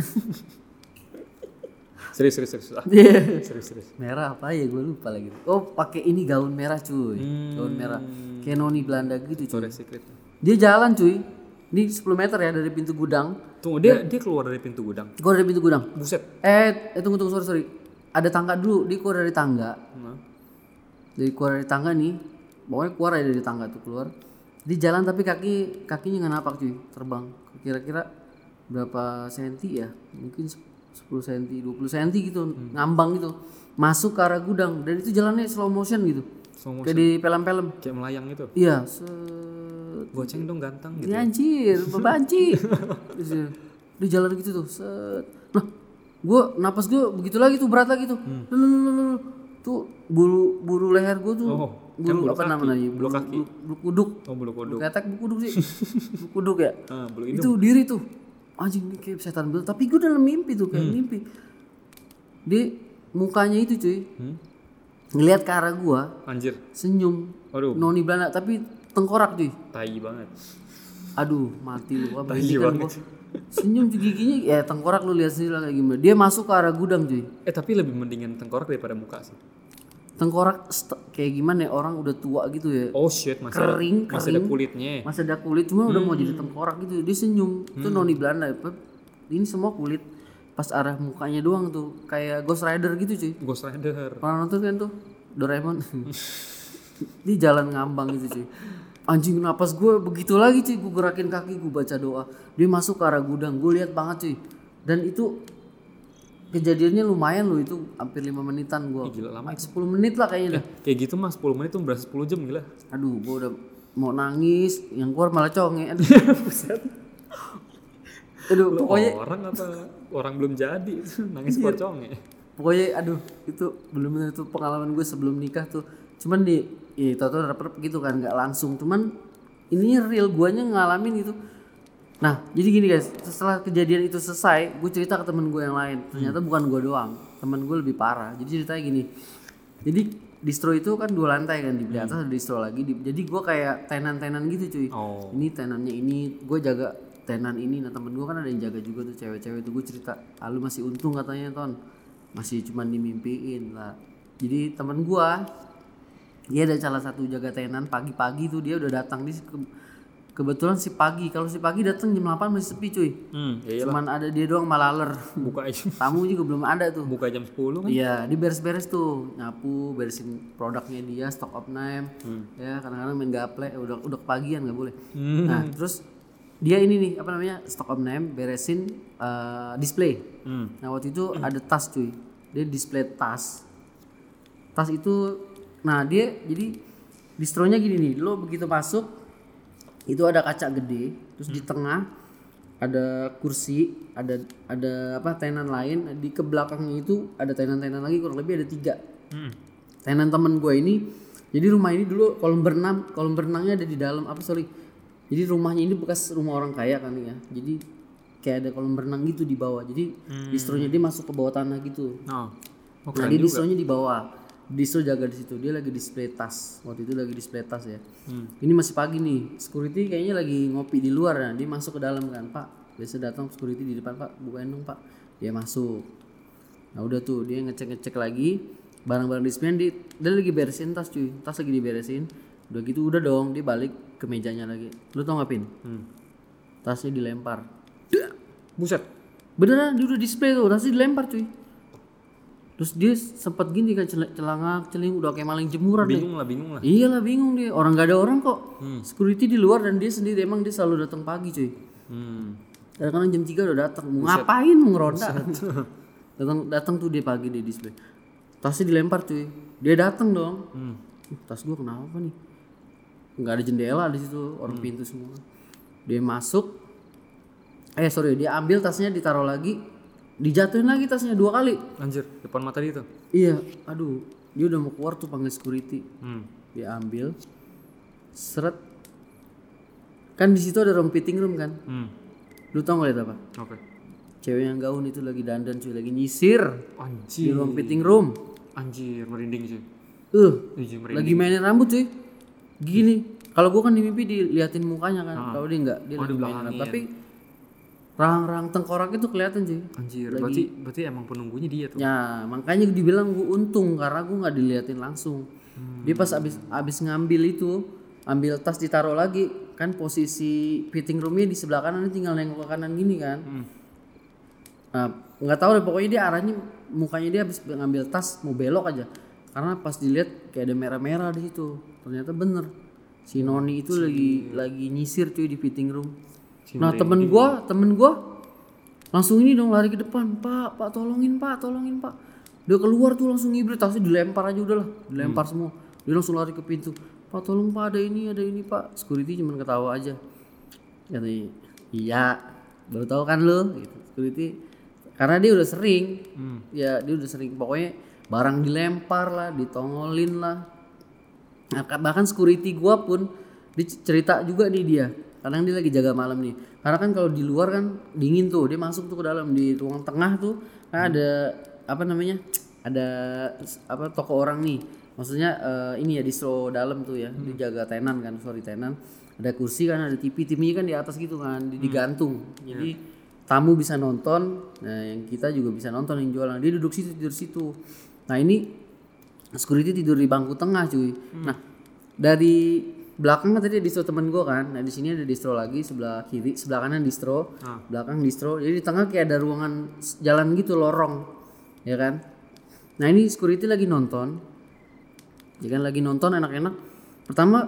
Serius serius serius. Ah. Yeah. serius serius. Merah apa ya gue lupa lagi. Oh pakai ini gaun merah cuy, hmm. gaun merah, kayak noni Belanda gitu cuy. Secret. Dia jalan cuy, ini sepuluh meter ya dari pintu gudang. Tunggu dia dia keluar dari pintu gudang. Keluar dari pintu gudang. Buset. Eh, eh tunggu tunggu sorry sorry. Ada tangga dulu, dia keluar dari tangga. Hmm. Dari keluar dari tangga nih, pokoknya keluar aja dari tangga tuh keluar. Dia jalan tapi kaki kakinya nggak napak cuy, terbang. Kira-kira berapa senti ya? Mungkin sepuluh senti, dua puluh senti gitu, hmm. ngambang gitu. Masuk ke arah gudang dan itu jalannya slow motion gitu. Slow motion. Kayak di film-film. Kayak melayang gitu. Iya, set. Goceng dong ganteng gitu. Ya anjir, bebanci. Dia jalan gitu tuh, set. Nah, gue napas gue begitu lagi tuh, berat lagi tuh. Hmm. Lulululul. Tuh bulu bulu leher gue tuh. Oh, bulu, bulu apa kaki. Namanya? Bulu, bulu kaki. Bulu, bulu kuduk. Oh, bulu kuduk. Ketek bulu kuduk sih. Bulu kuduk ya. Ah, bulu itu diri tuh. Anjing ini kayak setan betul, tapi gue dalam mimpi tuh kayak hmm. mimpi. Dia mukanya itu cuy, hmm? ngelihat ke arah gua, anjir, senyum, aduh, noni Belanda tapi tengkorak cuy, tai banget, aduh mati lu, apa ini kan gua, senyum cuy giginya, ya tengkorak lu lihat sendiri lah kayak gimana. Dia masuk ke arah gudang cuy. Eh tapi lebih mendingan tengkorak daripada muka sih. Tengkorak st- kayak gimana ya, orang udah tua gitu ya. Oh shit, masih kering, ada, masih kering, ada kulitnya. Masih ada kulit, cuma hmm. udah mau jadi tengkorak gitu. Dia senyum, hmm. itu noni Belanda. Ini semua kulit, pas arah mukanya doang tuh, kayak Ghost Rider gitu cuy. Ghost Rider. Pernah nonton kan tuh, Doraemon. Dia jalan ngambang gitu cuy. Anjing napas gue begitu lagi cuy, gue gerakin kaki, gue baca doa. Dia masuk ke arah gudang, gue lihat banget cuy. Dan itu kejadiannya lumayan loh, itu hampir lima menitan gue. Gila lama. sepuluh menit lah kayaknya. Eh, kayak gitu mah sepuluh menit tuh berasa sepuluh jam gila. Aduh, gue udah mau nangis, yang keluar malah conge. Aduh. Buset. Aduh, lu pokoknya orang apa orang belum jadi nangis keluar conge. Pokoknya aduh, itu belum itu pengalaman gue sebelum nikah tuh. Cuman di ya tahu-tahu dapet gitu kan, enggak langsung. Cuman ininya real guanya ngalamin itu. Nah, jadi gini guys, setelah kejadian itu selesai, gue cerita ke temen gue yang lain. Ternyata hmm. bukan gue doang, temen gue lebih parah. Jadi ceritanya gini, jadi distro itu kan dua lantai kan, di atas hmm. ada distro lagi. Di, jadi gue kayak tenan-tenan gitu cuy. Oh. Ini tenannya ini, gue jaga tenan ini. Nah temen gue kan ada yang jaga juga tuh, cewek-cewek tuh. Gue cerita, ah lu masih untung katanya Ton, masih cuma dimimpiin lah. Jadi temen gue, dia ada salah satu jaga tenan, pagi-pagi tuh dia udah datang di kebetulan si pagi, kalau si pagi datang jam delapan masih sepi cuy. Hmm, cuman ada dia doang malaler. Buka aja. Tamu juga belum ada tuh. Buka jam sepuluh kan? Iya, dia beres-beres tuh, nyapu, beresin produknya dia, stock of name. Hmm. Ya, kadang-kadang main gaple, udah udah kepagian enggak boleh. Hmm. Nah, terus dia ini nih, apa namanya? Stock of name, beresin uh, display. Hmm. Nah, waktu itu hmm. ada tas cuy. Dia display tas. Tas itu nah, dia jadi distronya gini nih, lo begitu masuk itu ada kaca gede, terus hmm. di tengah ada kursi, ada ada apa tenan lain, di ke belakangnya itu ada tenan-tenan lagi, kurang lebih ada tiga. Hmm. Tenan temen gue ini, jadi rumah ini dulu kolam berenang, kolam berenangnya ada di dalam apa sorry, jadi rumahnya ini bekas rumah orang kaya kan ya, jadi kayak ada kolam berenang gitu di bawah, jadi hmm. distronya dia masuk ke bawah tanah gitu. Oh. Oh, nah di distronya di bawah. Distro jaga di situ, dia lagi display tas. Waktu itu lagi display tas ya. Hmm. Ini masih pagi nih, security kayaknya lagi ngopi di luar. Nah, dia masuk ke dalam kan, Pak. Biasa datang security di depan, Pak. Bukain dong, Pak. Dia masuk. Nah udah tuh, dia ngecek-ngecek lagi barang-barang display. Dia, dia lagi beresin tas cuy, tas lagi diberesin. Udah gitu udah dong, dia balik ke mejanya lagi. Lu tau gak Pin? Hmm. Tasnya dilempar. Buset. Beneran, dia udah display tuh, tasnya dilempar cuy. Terus dia sempat gini kan celangak celing udah kayak maling jemuran. Bingung deh. lah bingung lah. Iyalah bingung dia, orang gak ada orang kok. Hmm. Security di luar dan dia sendiri emang dia selalu datang pagi cuy. Hmm. Kadang-kadang jam tiga udah datang. Mau ngapain mau ngeronda? datang datang tuh dia pagi di display. Tasnya dilempar cuy. Dia datang dong. Hmm. Tas gua kenapa nih? Nggak ada jendela di situ, orang hmm. pintu semua. Dia masuk. Eh sorry, dia ambil tasnya ditaruh lagi. dijatuhin lagi tasnya dua kali. Anjir, depan mata dia tuh. Iya, aduh, dia udah mau keluar tuh panggil security. Hmm. Dia ambil, seret. Kan di situ ada ruang fitting room kan. Hmm. Lu tau nggak liat apa? Oke. Cewek yang gaun itu lagi dandan cuy, lagi nyisir Anjir. di ruang fitting room. Anjir, merinding cuy. Uh, Anjir, merinding. lagi mainin rambut cuy. Gini, kalau gua kan di mimpi diliatin mukanya kan. Ah. Kalau dia enggak, dia Oh, lagi mainin dibelakangin. rambut. Tapi rahang-rahang tengkorak itu kelihatan cuy. Anjir, Lagi- berarti berarti emang penunggunya dia tuh. Ya, makanya dibilang gua untung karena gua nggak diliatin langsung. Hmm. Dia pas abis abis ngambil itu, ambil tas ditaruh lagi, kan posisi fitting roomnya di sebelah kanan, dia tinggal nengok ke kanan gini kan. Hmm. Nah, nggak tahu deh pokoknya dia arahnya mukanya dia habis ngambil tas mau belok aja. Karena pas dilihat kayak ada merah-merah di situ. Ternyata bener si Noni itu lagi lagi nyisir cuy di fitting room. Si Nah, temen gua, temen gua langsung ini dong lari ke depan, "Pak, Pak tolongin, Pak, tolongin, Pak." Dia keluar tuh langsung ngibrit, tasnya dilempar aja udahlah, dilempar semua. Dia langsung lari ke pintu. "Pak, tolong Pak, ada ini, ada ini, Pak." Security cuma ketawa aja. Katanya, "Iya, baru tahu kan lu?" gitu. Security karena dia udah sering, Hmm. ya dia udah sering pokoknya barang dilempar lah, ditongolin lah. Nah, bahkan security gua pun dia cerita juga nih dia. Kadang dia lagi jaga malam nih. Karena kan kalau di luar kan dingin tuh, dia masuk tuh ke dalam di ruang tengah tuh kan ada apa namanya? Ada apa toko orang nih. Maksudnya eh, ini ya distro dalam tuh ya, dijaga tenan kan, sorry tenan. Ada kursi kan, ada T V, T V-nya kan di atas gitu kan, di- digantung. Jadi tamu bisa nonton, nah yang kita juga bisa nonton yang jualan. Dia duduk situ, tidur situ. Nah ini security tidur di bangku tengah cuy. Nah dari belakang kan tadi distro temen gue kan. Nah di sini ada distro lagi sebelah kiri, sebelah kanan distro, Ah. belakang distro. Jadi di tengah kayak ada ruangan s- jalan gitu lorong, ya kan. Nah ini security lagi nonton, ya kan lagi nonton enak-enak. Pertama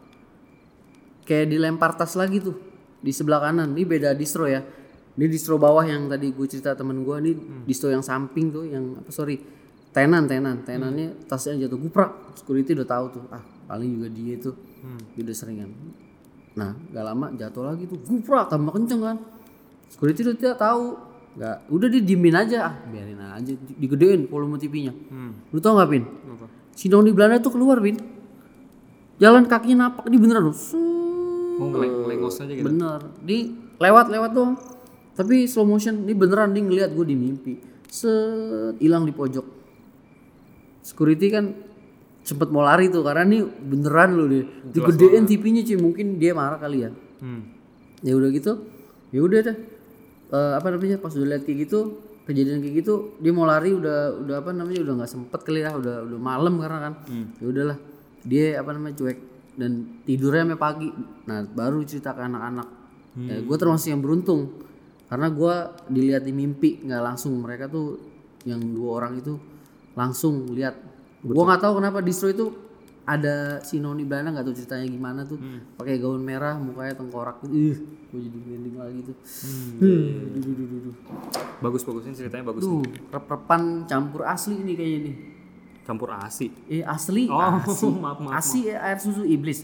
kayak dilempar tas lagi tuh di sebelah kanan. Ini beda distro ya. Ini distro bawah yang tadi gue cerita temen gue, ini distro yang samping tuh, yang apa sorry tenan tenan tenannya tasnya jatuh guprak. Security udah tahu tuh, ah paling juga dia tuh, dia udah seringan. Nah gak lama jatuh lagi tuh guprak, tambah kenceng kan. Security udah tidak tahu, nggak, udah dia diemin aja, ah biarin aja, digedein volume T V-nya. Hmm. Lu tau nggak Pin? Apa? Si Noni Belanda tuh keluar Pin, jalan kakinya napak, dia beneran loh. Oh, ngeleng- ngelengos aja gitu. Bener, di lewat-lewat doang. Tapi slow motion, ini beneran dia ngeliat gue di mimpi. Set, hilang di pojok. Security kan sempet mau lari tuh karena nih beneran loh dia. Digedein T V-nya cuy, mungkin dia marah kali ya. Hmm. Ya udah gitu, ya udah deh. Eh, apa namanya pas udah liat kayak gitu, kejadian kayak gitu, dia mau lari udah udah apa namanya udah nggak sempet kali ya, udah udah malam karena kan. Ya udahlah, dia apa namanya cuek dan tidurnya sampai pagi. Nah baru cerita ke anak-anak. Ya, gue termasuk yang beruntung karena gue dilihat di mimpi nggak langsung, mereka tuh yang dua orang itu langsung lihat. Gue nggak tahu kenapa distro itu ada si Noni Belanda, nggak tahu ceritanya gimana tuh, pakai gaun merah, mukanya tengkorak gitu. Ih, gue jadi merinding lagi tuh. Duh, duh, duh, duh, duh. Bagus bagusnya ceritanya bagus. Tuh, rep-repan campur asli ini kayaknya nih. Campur asi. Eh asli, Oh, asi, maaf, maaf, asi eh, air susu iblis.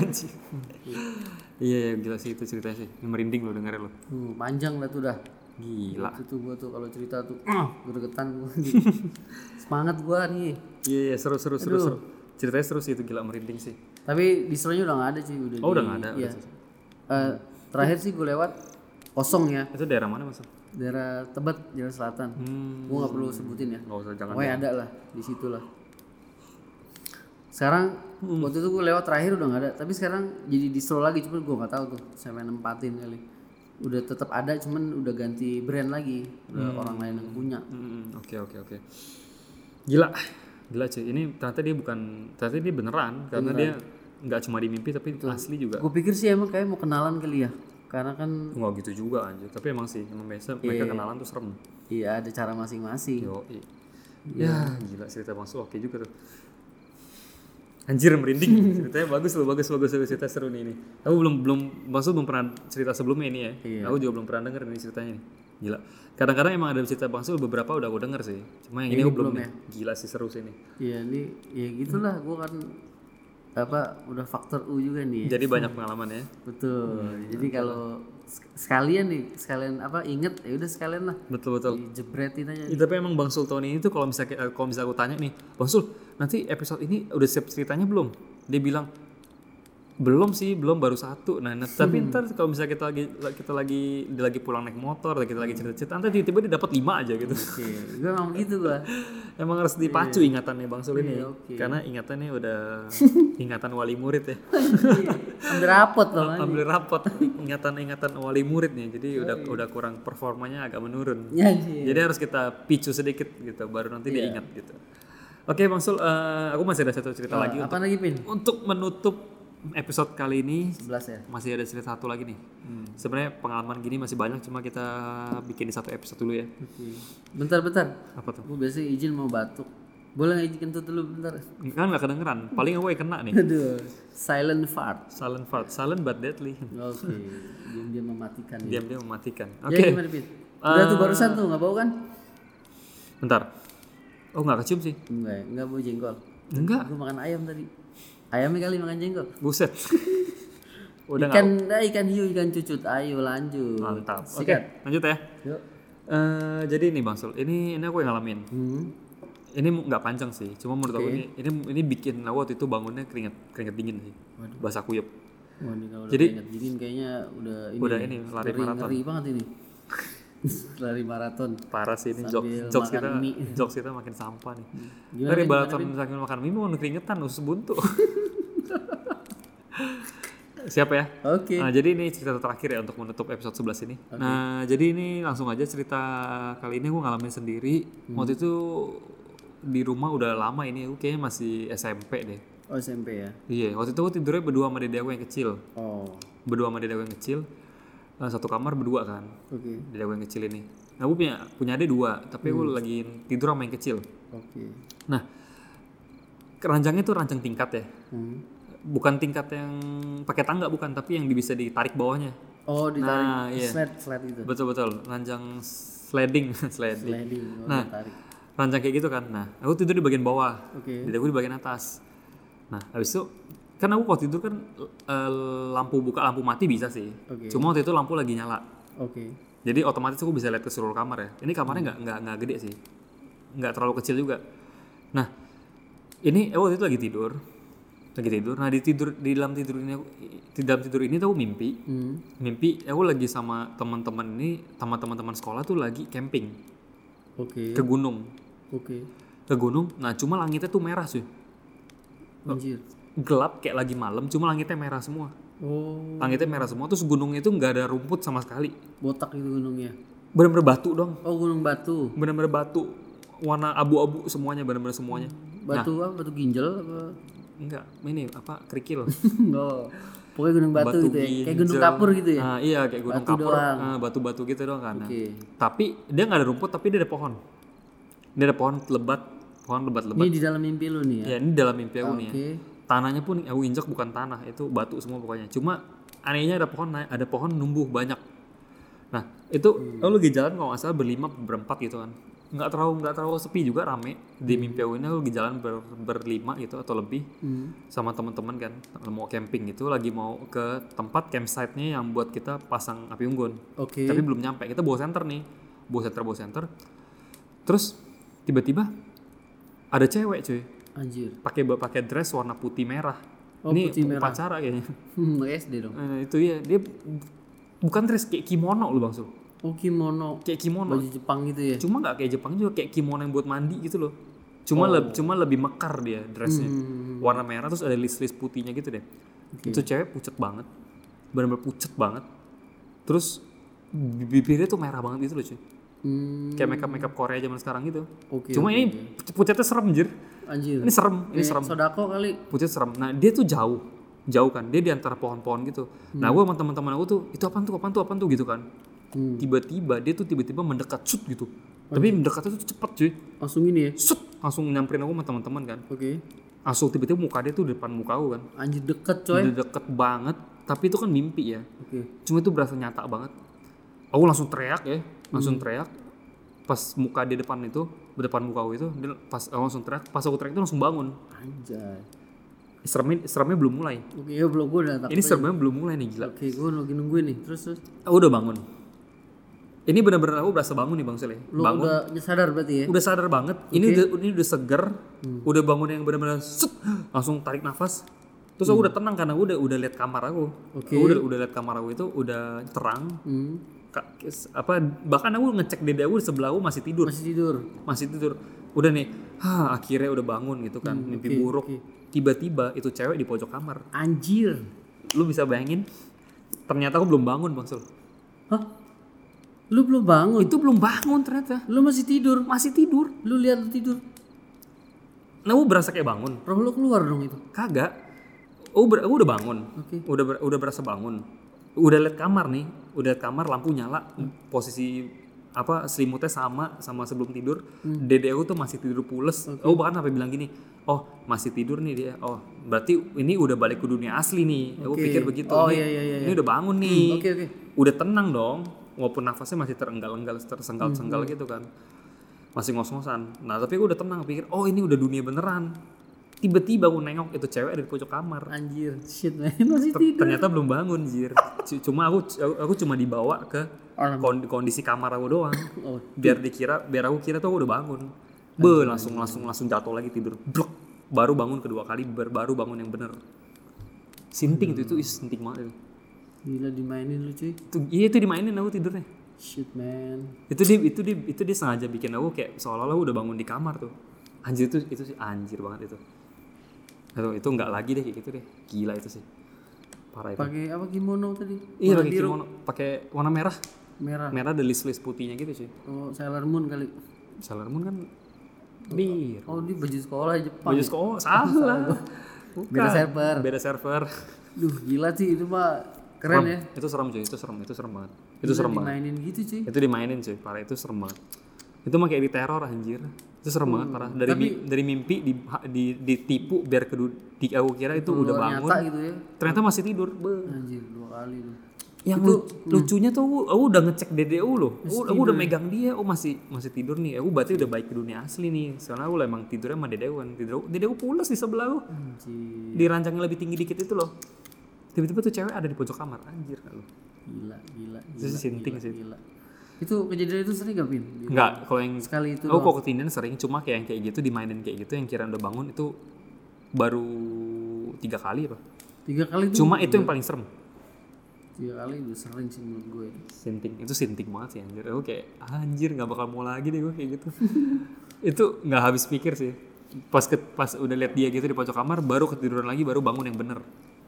Iya, iya gila sih itu ceritanya sih. Ini merinding lo dengerin lo. Tuh, panjang lah tuh dah. Gila. Itu tuh gue tuh kalau cerita tuh, ah, gregetan gue. Semangat gue nih. Iya, iya seru seru seru seru. Ceritanya seru sih itu, gila merinding sih. Tapi distronya udah nggak ada sih, udah. Oh, di- udah nggak ada, udah Iya. selesai. Eh, terakhir sih gue lewat kosong ya, Itu daerah mana Mas? daerah Tebet, Jalan Selatan. Hmm. Gue nggak perlu sebutin ya. Enggak usah jangan. Pokoknya ada lah di situ lah. Sekarang waktu itu gue lewat terakhir udah nggak ada, tapi sekarang jadi distro lagi, cuman gue nggak tahu tuh sampai nempatin kali. Udah tetap ada, cuman udah ganti brand lagi, udah orang lain yang punya. Hmm, oke oke oke. Gila. Gila cuy. Ini ternyata dia bukan, ternyata dia beneran karena dia nggak cuma di mimpi tapi asli juga. Gue pikir sih emang kayak mau kenalan kali ya, karena kan Nggak gitu juga anjir. Tapi emang sih, emang biasa mereka kenalan tuh serem. iya ada cara masing-masing. Yo, ya gila cerita Bang Su oke juga tuh. Anjir merinding. Ceritanya bagus loh, bagus bagus bagus cerita seru nih ini. Aku belum belum Bang Su belum pernah cerita sebelumnya ini ya. Iya. Aku juga belum pernah denger ini ceritanya nih. Gila. Kadang-kadang emang ada cerita Bang Su beberapa udah aku denger sih. Cuma yang ini, aku belum nih. Gila sih seru sih ini. Iya ini ya gitulah, gue kan apa udah faktor U juga nih. Jadi banyak pengalaman ya. Betul. Jadi kalau sekalian nih, sekalian apa inget ya udah sekalian lah. Betul betul. Dijebretin aja. Ya, tapi emang Bang Sultan ini tuh kalau misalnya kalau misalnya aku tanya nih, Bang Sul, nanti episode ini udah siap ceritanya belum? Dia bilang belum sih, belum, baru satu. Nah, nah tapi hmm. ntar kalau misalnya kita lagi kita lagi dia lagi pulang naik motor, kita lagi cerita-cerita, nanti tiba-tiba dia dapat lima aja gitu. Oke, okay. Gue emang gitu gua. Emang harus dipacu yeah. ingatannya Bang Sul ini, yeah, okay. Karena ingatannya udah ingatan wali murid ya. Ambil rapot loh. Ambil rapot, ingatan-ingatan wali murid nih, jadi oh, udah iya. udah kurang performanya agak menurun. Yeah, yeah. Jadi harus kita picu sedikit gitu, baru nanti yeah. dia ingat gitu. Oke okay, Bang Sul, uh, aku masih ada satu cerita oh, lagi apa untuk, lagi, Pin? untuk menutup episode kali ini. sebelas ya. Masih ada cerita satu lagi nih. Hmm. Sebenarnya pengalaman gini masih banyak, cuma kita bikin di satu episode dulu ya. Oke. Okay. Bentar-bentar. Apa tuh? Gue biasanya izin mau batuk. Boleh nggak izin kentut dulu bentar? Kan nggak kedengeran. Paling aku yang kena nih. Aduh. Silent fart. Silent fart. Silent but deadly. Oke. Okay. Diam-diam mematikan. Diam-diam mematikan. Ya Oke. Okay. gimana, Pit? Udah uh, tuh barusan tuh nggak bau kan? Bentar. Oh nggak kecium sih? Enggak, ya? Nggak bau jengkol. Enggak. Gue makan ayam tadi. Ayamnya kali makan jengkol. Buset. Udah ikan dah, ikan hiu, ikan cucut. Ayo lanjut. Mantap. Oke, okay, lanjut ya. Yuk. Uh, jadi ini Bang Sul, ini ini aku yang ngalamin. Hmm. Ini nggak panjang sih, cuma menurut okay. aku ini ini ini bikin aku waktu itu bangunnya keringet keringet dingin sih. Waduh. Basah kuyup. Wah, ini kalau jadi keringet dingin kayaknya udah ini. Udah ini lari ngeri, maraton. Ngeri banget ini. Lari maraton. Parah sih ini jokes jokes kita mie. Jokes kita makin sampah nih. Gimana lari maraton sambil makan mie mau keringetan usus buntu. Siap ya? Oke. Okay. Nah, jadi ini cerita terakhir ya untuk menutup episode sebelas ini. Okay. Nah, jadi ini langsung aja cerita kali ini gue ngalamin sendiri. Hmm. Waktu itu di rumah udah lama ini, aku kayaknya masih S M P deh. Oh, S M P ya? Iya, waktu itu aku tidurnya berdua sama dede aku yang kecil. Oh. Berdua sama dede aku yang kecil. Satu kamar berdua kan. Oke. Okay. Dede aku yang kecil ini. Nah, aku punya punya adek dua, tapi hmm. aku lagi tidur sama yang kecil. Oke. Okay. Nah, ranjangnya tuh ranjang tingkat ya. Hmm. Bukan tingkat yang pakai tangga bukan, tapi yang bisa ditarik bawahnya. Oh, ditarik. Nah, iya. Sled, sled gitu. Betul betul, ranjang sliding, sliding. Sliding. Oh, nah, ditarik. ranjang kayak gitu kan. Nah, aku tidur di bagian bawah. Oke. Okay. Jadi aku di bagian atas. Nah, habis itu kan aku kalau tidur kan uh, lampu buka lampu mati bisa sih. Okay. Cuma waktu itu lampu lagi nyala. Oke. Okay. Jadi otomatis aku bisa lihat ke seluruh kamar ya. Ini kamarnya nggak hmm. nggak nggak gede sih, nggak terlalu kecil juga. Nah, ini aku waktu itu lagi tidur. lagi tidur. Nah di tidur di dalam tidur ini aku, di dalam tidur ini tuh aku mimpi. Hmm. Mimpi aku lagi sama teman-teman ini, sama teman-teman sekolah tuh lagi camping. Oke. Okay. Ke gunung. Oke. Okay. Ke gunung. Nah, cuma langitnya tuh merah sih. Anjir. Gelap kayak lagi malam, cuma langitnya merah semua. Oh. Langitnya merah semua, terus gunungnya itu enggak ada rumput sama sekali. Botak itu gunungnya. Bener-bener batu dong. Oh, gunung batu. Bener-bener batu. Warna abu-abu semuanya, bener-bener semuanya. Batu nah, apa? Batu ginjal apa? Enggak, ini apa kerikil. Oh, pokoknya gunung batu, batu gitu ya, kayak gunung kapur gitu ya. Nah, iya kayak gunung batu kapur, nah, batu-batu gitu doang kan. Okay. Tapi dia nggak ada rumput, tapi dia ada pohon. Dia ada pohon lebat, pohon lebat-lebat. Ini di dalam mimpi lu nih ya? Ya ini dalam mimpi aku okay. nih ya. Tanahnya pun aku injak bukan tanah, itu batu semua pokoknya. Cuma anehnya ada pohon, ada pohon numbuh banyak. Nah itu hmm. lu lagi jalan kalau nggak salah berlima, berempat gitu kan. Nggak terlalu nggak terlalu sepi juga, rame di mimpi aku ini. Aku lagi jalan ber, berlima gitu atau lebih hmm. sama teman-teman kan, mau camping gitu, lagi mau ke tempat campsite-nya yang buat kita pasang api unggun. Oke. Okay. Tapi belum nyampe, kita bawa senter nih, bawa senter bawa senter. Terus tiba-tiba ada cewek cuy, anjir, pakai pakai dress warna putih merah. Oh, ini putih merah. Upacara kayaknya. Hmm, S D dong. Nah, itu ya, dia bukan dress, kayak kimono lu Bang Sul. Oh kimono, kayak kimono, baju Jepang gitu ya? Cuma nggak kayak Jepang juga, kayak kimono yang buat mandi gitu loh. Cuma oh. le- cuma lebih mekar dia dressnya, hmm. warna merah terus ada list-list putihnya gitu deh. Okay. Itu cewek pucet banget, benar-benar pucet banget. Terus bibirnya tuh merah banget gitu loh cuy. Hmm. Kayak makeup makeup Korea zaman sekarang gitu. Okay, cuma okay, ini okay. pucetnya serem anjir. Anjir. Ini serem, ini serem. Sodako kali. Pucet serem. Nah dia tuh jauh, jauh kan. Dia di antara pohon-pohon gitu. Hmm. Nah gue sama teman-teman aku tuh, itu apaan tuh, apaan tuh, apaan tuh gitu kan. Hmm. Tiba-tiba dia tuh tiba-tiba mendekat shoot gitu. Anjir. Tapi mendekatnya tuh cepet cuy. Langsung ini ya? Shoot, langsung nyamperin aku sama teman-teman kan. Oke. Okay. Langsung tiba-tiba muka dia tuh di depan muka aku kan. Anjir deket coy. Udah deket banget. Tapi itu kan mimpi ya. Oke. Okay. Cuma itu berasa nyata banget. Aku langsung teriak ya, langsung hmm. teriak. Pas muka di depan itu, di depan muka aku itu, dia pas aku langsung teriak, pas aku teriak itu langsung bangun. Anjay. seremnya seremnya belum mulai. Oke, ya belum, gue udah takut. Ini seremnya belum mulai nih, gila. Oke, gue lagi nungguin nih. Terus terus. Aku udah bangun. Ini benar-benar aku berasa bangun nih Bang Sule. Lu Bangun. udah sadar berarti ya? Udah sadar banget. Ini udah ini udah seger. Hmm. Udah bangun yang benar-benar set, langsung tarik nafas. Terus aku hmm. udah tenang karena udah udah lihat kamar aku. Oke. Aku udah udah lihat kamar aku itu udah terang. Hmm. Ka, apa bahkan aku ngecek dede aku di sebelah aku masih tidur. Masih tidur. Masih tidur. Udah nih, ha akhirnya udah bangun gitu kan. Hmm, mimpi okay, buruk. Okay. Tiba-tiba itu cewek di pojok kamar. Anjir. Lu bisa bayangin? Ternyata aku belum bangun Bang Sul. Hah? Lu belum bangun? Itu belum bangun ternyata. Lu masih tidur? Masih tidur. Lu lihat lu tidur. Nah, lu berasa kayak bangun. Roh lu keluar dong itu. Kagak. Oh, ber- udah bangun. Okay. Udah ber- udah berasa bangun. Udah lihat kamar nih, udah lihat kamar lampu nyala, hmm. posisi apa selimutnya sama sama sebelum tidur. Hmm. Dede aku tuh masih tidur pules. Okay. Oh, bahkan sampai bilang gini, "Oh, masih tidur nih dia. Oh, berarti ini udah balik ke dunia asli nih." Okay. Aku pikir begitu. Oh, ini, iya, iya, iya. Ini udah bangun nih. Hmm, okay, okay. Udah tenang dong. Walaupun nafasnya masih terenggal-enggal, tersenggal-senggal hmm. gitu kan. Masih ngos-ngosan. Nah, tapi aku udah tenang, pikir, "Oh, ini udah dunia beneran." Tiba-tiba aku nengok itu cewek ada di pojok kamar. Anjir, shit man, masih tidur. Ternyata belum bangun, jir. Cuma aku aku cuma dibawa ke kondisi kamar aku doang. Oh, biar dikira, biar aku kira tuh aku udah bangun. Be, langsung langsung langsung jatuh lagi tidur. Blok. Baru bangun kedua kali, baru bangun yang bener. Sinting hmm. tuh itu sinting banget itu. Gila dimainin lu cuy. Itu, iya itu dimainin aku tidurnya. Shit man. Itu dia itu dia itu dia sengaja bikin aku kayak seolah-olah udah bangun di kamar tuh. Anjir itu itu sih anjir banget itu. Itu itu enggak lagi deh kayak gitu deh. Gila itu sih. Parah itu. Pakai apa kimono tadi? Iya pakai kimono, pakai warna merah. Merah. Merah ada list-list putihnya gitu sih. Oh, Sailor Moon kali. Sailor Moon kan biru. Oh, di baju sekolah Jepang. Baju sekolah salah. Bukan. Beda server. Beda server. Duh, gila sih itu mah keren serem. ya. Itu serem cuy, itu serem, itu serem banget. Itu serem banget. Dimainin gitu cuy. Itu dimainin cuy, parah itu serem banget. Itu mah kayak di teror anjir. Itu serem hmm, banget parah. Dari tapi, mi, dari mimpi di, di ditipu biar ke di aku kira itu udah bangun. Gitu ya. Ternyata masih tidur. Be. Anjir, dua kali tuh. Yang itu, lucunya tuh aku, aku udah ngecek dede aku loh. Aku, aku udah megang dia, oh masih masih tidur nih. Aku berarti udah baik ke dunia asli nih. Soalnya aku emang tidurnya sama dede aku kan. Tidur dede aku pulas di sebelah aku. Anjir. Di ranjang yang lebih tinggi dikit itu loh. Tiba-tiba tuh cewek ada di pojok kamar. Anjir kan lu. Gila, gila. Itu sinting sih. Gila. Itu kejadian itu sering gak, Pin? Enggak, kalau yang sekali itu. Oh, kok ketindihan sering, cuma kayak yang kayak gitu dimainin kayak gitu yang kira udah bangun itu baru tiga kali apa? Tiga kali itu. Cuma itu yang paling serem. Tiga kali itu sering sih menurut gue. Sinting, itu sinting banget sih anjir. Aku kayak anjir nggak bakal mau lagi deh gue kayak gitu. Itu nggak habis pikir sih. Pas ke, pas udah lihat dia gitu di pojok kamar, baru ketiduran lagi, baru bangun yang bener.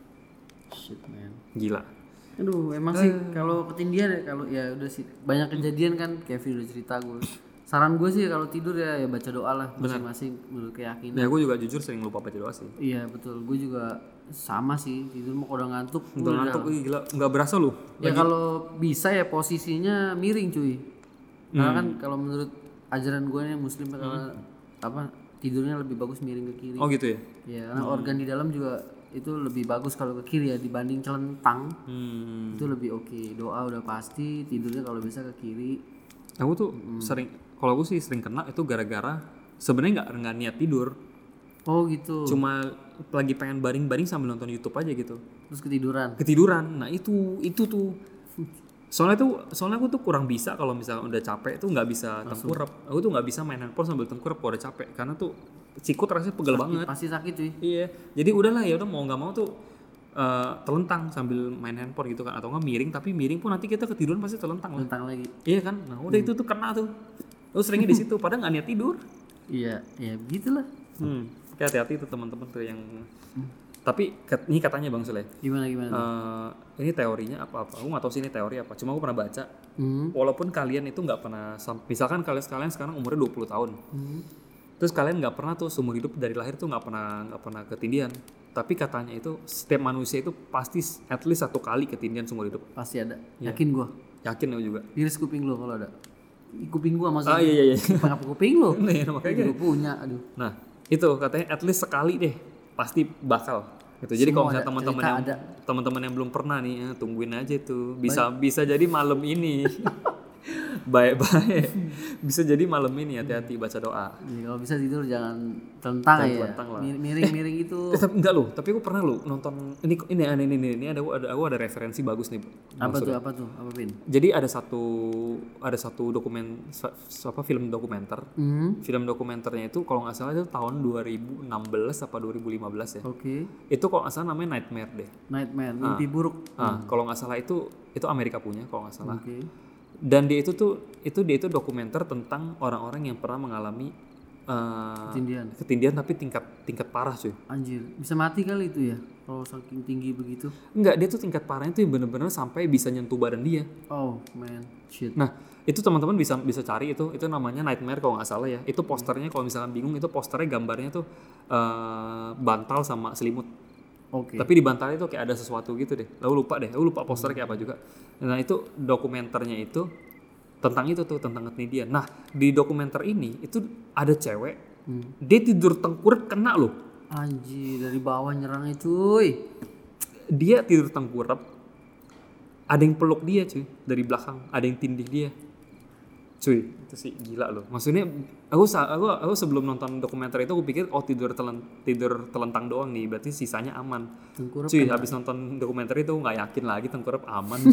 Shit man. Gila. Aduh, emang uh. sih kalau ketindihan ya kalau ya udah sih banyak kejadian kan Kevin udah cerita gue. Saran gue sih kalau tidur ya ya baca doa lah masing-masing menurut keyakinan. Ya gue juga jujur sering lupa baca doa sih. Iya betul, gue juga sama sih tidur mau udah ngantuk. Udah ngantuk, ih, gila nggak berasa lu. Ya kalau bisa ya posisinya miring cuy. Karena hmm. kan kalau menurut ajaran gue nih Muslim hmm. kalau apa tidurnya lebih bagus miring ke kiri. Oh gitu ya? Ya karena hmm. organ di dalam juga itu lebih bagus kalau ke kiri ya dibanding celentang. Hmm. Itu lebih oke. Okay. Doa udah pasti, tidurnya kalau bisa ke kiri. Aku tuh hmm. sering, kalau aku sih sering kena itu gara-gara sebenarnya nggak nggak niat tidur. Oh gitu. Cuma lagi pengen baring-baring sambil nonton YouTube aja gitu. Terus ketiduran. Ketiduran. Nah itu itu tuh. Soalnya tuh soalnya aku tuh kurang bisa kalau misalnya udah capek tuh nggak bisa tengkurap. Aku tuh nggak bisa main handphone sambil tengkurap kalau udah capek karena tuh sikut rasanya pegel sakit, banget. Pasti sakit cuy. Iya. Jadi udahlah ya udah mau nggak mau tuh uh, telentang sambil main handphone gitu kan atau nggak miring tapi miring pun nanti kita ketiduran pasti telentang lah. Telentang lagi. Iya kan. Nah udah hmm. itu tuh kena tuh. Lu seringnya di situ padahal nggak niat tidur. Iya, ya begitulah. Hmm. Hati-hati tuh teman-teman tuh yang hmm. Tapi ini katanya Bang Sule. Gimana gimana? Uh, ini teorinya apa-apa. Aku nggak tahu sih ini teori apa. Cuma aku pernah baca. Hmm. Walaupun kalian itu nggak pernah, misalkan kalian sekalian sekarang umurnya dua puluh tahun. Hmm. Terus kalian nggak pernah tuh seumur hidup dari lahir tuh nggak pernah nggak pernah ketindihan. Tapi katanya itu setiap manusia itu pasti at least satu kali ketindihan seumur hidup. Pasti ada. Ya. Yakin gua. Yakin aku juga. Iris kuping lu kalau ada. Kuping gua maksudnya. Ah iya iya. iya. Apa kuping lu? Nah, makanya gua punya. Aduh. Nah itu katanya at least sekali deh pasti bakal. Gitu. Jadi kalau misalnya teman-teman yang teman-teman yang belum pernah nih, ya, tungguin aja tuh. Bisa Baik. bisa jadi malam ini. Baik-baik. Bisa jadi malam ini hati-hati baca doa. Ya, kalau bisa tidur jangan telentang ya. Miring-miring itu. Eh, tapi enggak loh, tapi aku pernah loh nonton ini ini ini ini, ini ada ada aku ada referensi bagus nih. Apa tuh? Apa tuh? Apa Pin? Jadi ada satu ada satu dokumen apa film dokumenter. Mm. Film dokumenternya itu kalau nggak salah itu tahun dua ribu enam belas apa dua ribu lima belas ya. Oke. Okay. Itu kalau nggak salah namanya Nightmare deh. Nightmare, mimpi ah. buruk. Ah, hmm. Kalau nggak salah itu itu Amerika punya kalau nggak salah. Okay. Dan dia itu tuh itu dia itu dokumenter tentang orang-orang yang pernah mengalami uh, ketindihan. Ketindihan tapi tingkat tingkat parah cuy. Anjir, bisa mati kali itu ya kalau saking tinggi begitu? Enggak, dia tuh tingkat parahnya tuh bener-bener sampai bisa nyentuh badan dia. Oh man, shit. Nah itu teman-teman bisa bisa cari itu itu namanya Nightmare kalau nggak salah ya. Itu posternya kalau misalkan bingung itu posternya gambarnya tuh uh, bantal sama selimut. Oke. Okay. Tapi di bantalnya itu kayak ada sesuatu gitu deh. Lalu lupa deh, lalu lupa posternya kayak apa juga. Nah itu dokumenternya itu tentang itu tuh tentang ketindihan. Nah di dokumenter ini itu ada cewek, hmm. dia tidur tengkurap kena loh. Anjir, dari bawah nyerangnya cuy. Dia tidur tengkurap, ada yang peluk dia cuy dari belakang, ada yang tindih dia. Cuy, itu sih gila loh. Maksudnya aku aku aku sebelum nonton dokumenter itu aku pikir oh tidur telen, tidur telentang doang nih, berarti sisanya aman. Tengkurap cuy, habis nonton dokumenter itu nggak yakin lagi tengkurap aman.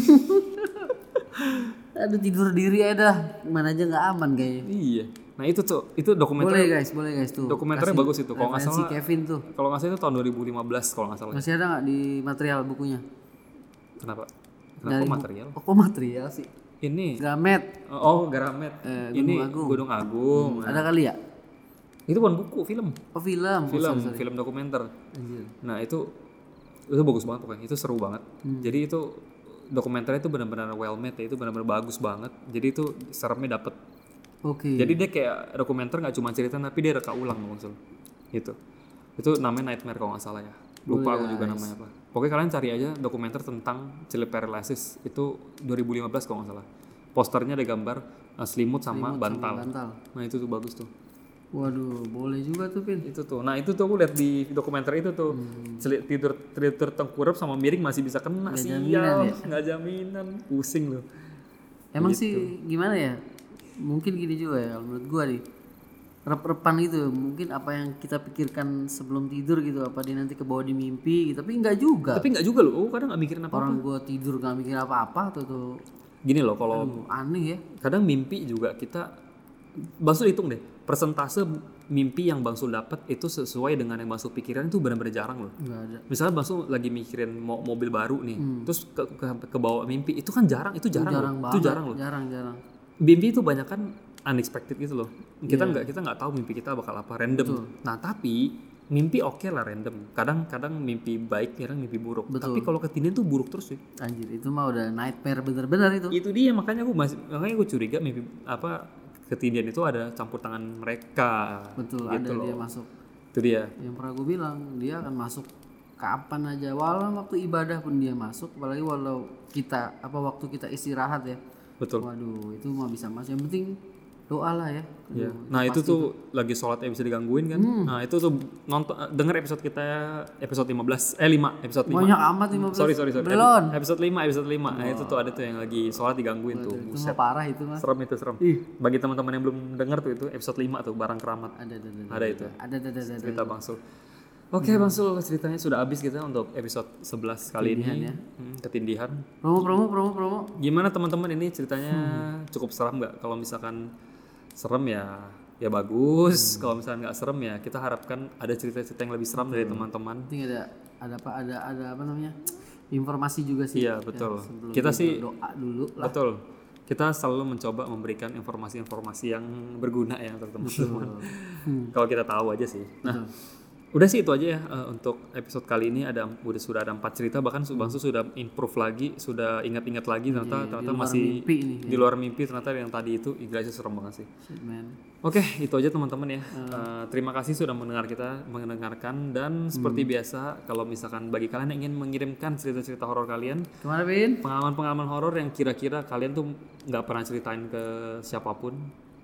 Aduh tidur diri aja dah, mana aja nggak aman kayaknya. Iya. Nah itu tuh itu dokumenter. Boleh guys, boleh guys tuh. Dokumenternya bagus itu. Kalau nggak salah. Kevin tuh. Kalau nggak salah itu tahun dua ribu lima belas kalau nggak salah. Masih ada nggak di material bukunya? Kenapa? Kenapa Dari material? Bu- oh kok material sih? Ini Gramet. Oh, Gramet. Eh, ini Gunung Agung. Gunung Agung. Hmm, ada kali ya? Itu bukan buku, film. Oh, film. Film, oh, sorry, sorry. film dokumenter. Anjir. Nah, itu itu bagus banget pokoknya. Itu seru banget. Hmm. Jadi itu dokumenternya itu benar-benar well made ya. Itu benar-benar bagus banget. Jadi itu seremnya dapet. Oke. Okay. Jadi dia kayak dokumenter nggak cuma cerita tapi dia reka ulang maksud. Gitu. Itu namanya Nightmare kalau nggak salah ya. Lupa aku juga namanya apa. Pokoknya kalian cari aja dokumenter tentang sleep paralysis itu dua ribu lima belas kalau nggak salah. Posternya ada gambar uh, selimut sama selimut bantal. sama bantal. Nah itu tuh bagus tuh. Waduh, boleh juga tuh Pin. Itu tuh. Nah itu tuh aku lihat di dokumenter itu tuh hmm. tidur tidur tengkurap sama miring masih bisa kena sih. Sial, ya? Nggak jaminan, pusing loh. Emang gitu. Sih gimana ya? Mungkin gini juga ya menurut gua nih. Rep-repan gitu, mungkin apa yang kita pikirkan sebelum tidur gitu, apa dia nanti kebawa di mimpi gitu, tapi enggak juga. Tapi enggak juga loh, oh, kadang nggak mikirin apa-apa. Orang gua tidur nggak mikir apa-apa tuh tuh. Gini loh kalau aneh ya. Kadang mimpi juga kita, Bang Sul hitung deh, persentase mimpi yang Bang Sul dapat itu sesuai dengan yang Bang Sul pikiran itu benar-benar jarang loh. Nggak ada. Misalnya Bang Sul lagi mikirin mau mobil baru nih, hmm. terus ke, ke, ke bawah mimpi, itu kan jarang, itu jarang, jarang loh. Banget, itu jarang loh. Jarang, jarang. Mimpi itu banyak kan unexpected gitu loh. Kita yeah. nggak kita nggak tahu mimpi kita bakal apa, random. Betul. Nah tapi mimpi oke okay lah random. Kadang-kadang mimpi baik, kadang mimpi buruk. Betul. Tapi kalau ketindihan tuh buruk terus sih. Anjir itu mah udah nightmare bener-bener itu. Itu dia makanya aku masih makanya aku curiga mimpi apa ketindihan itu ada campur tangan mereka. Betul. Gitu ada loh. dia masuk. Itu dia. Yang pernah gue bilang dia akan masuk kapan aja, walau waktu ibadah pun dia masuk. Apalagi walau kita apa waktu kita istirahat ya. Betul. Waduh itu mah bisa masuk. Yang penting doa lah ya. Ya. Nah itu tuh itu. Lagi sholatnya bisa digangguin kan. Hmm. Nah itu tuh nonton denger episode kita episode lima belas eh lima episode lima. Banyak amat lima belas. Sorry sorry sorry. Belum. Episode lima episode lima. Nah itu tuh ada tuh yang lagi sholat digangguin. Waduh, tuh. Itu mah parah itu mah. Serem itu serem. Ih. Bagi teman-teman yang belum denger tuh itu episode lima tuh barang keramat. Ada ada ada. Ada itu. Ada ada ada. Cerita Bang Sul. Oke okay, hmm. Bang Sul, ceritanya sudah habis kita untuk episode sebelas kali ini. Ya. Hmm, ketindihan. Promo promo promo promo. Gimana teman-teman ini ceritanya hmm. cukup seram nggak? Kalau misalkan serem ya ya bagus. Hmm. Kalau misalkan nggak serem ya kita harapkan ada cerita-cerita yang lebih seram hmm. dari teman-teman. Ini ada ada apa ada ada apa namanya informasi juga sih. Iya betul. Ya, kita sih doa dulu lah. Betul. Kita selalu mencoba memberikan informasi-informasi yang berguna ya untuk teman-teman. Hmm. Kalau kita tahu aja sih. Nah. Betul. Udah sih itu aja ya uh, untuk episode kali ini ada udah sudah ada empat cerita bahkan hmm. Bang Sul sudah improve lagi sudah ingat-ingat lagi ternyata yeah, ternyata masih ini, di luar mimpi ternyata yang tadi itu gila sih serem banget sih. Oke okay, itu aja teman-teman ya. Uh. Uh, terima kasih sudah mendengar kita mendengarkan dan hmm. seperti biasa kalau misalkan bagi kalian yang ingin mengirimkan cerita-cerita horor kalian, gimana Bin? Pengalaman-pengalaman horor yang kira-kira kalian tuh nggak pernah ceritain ke siapapun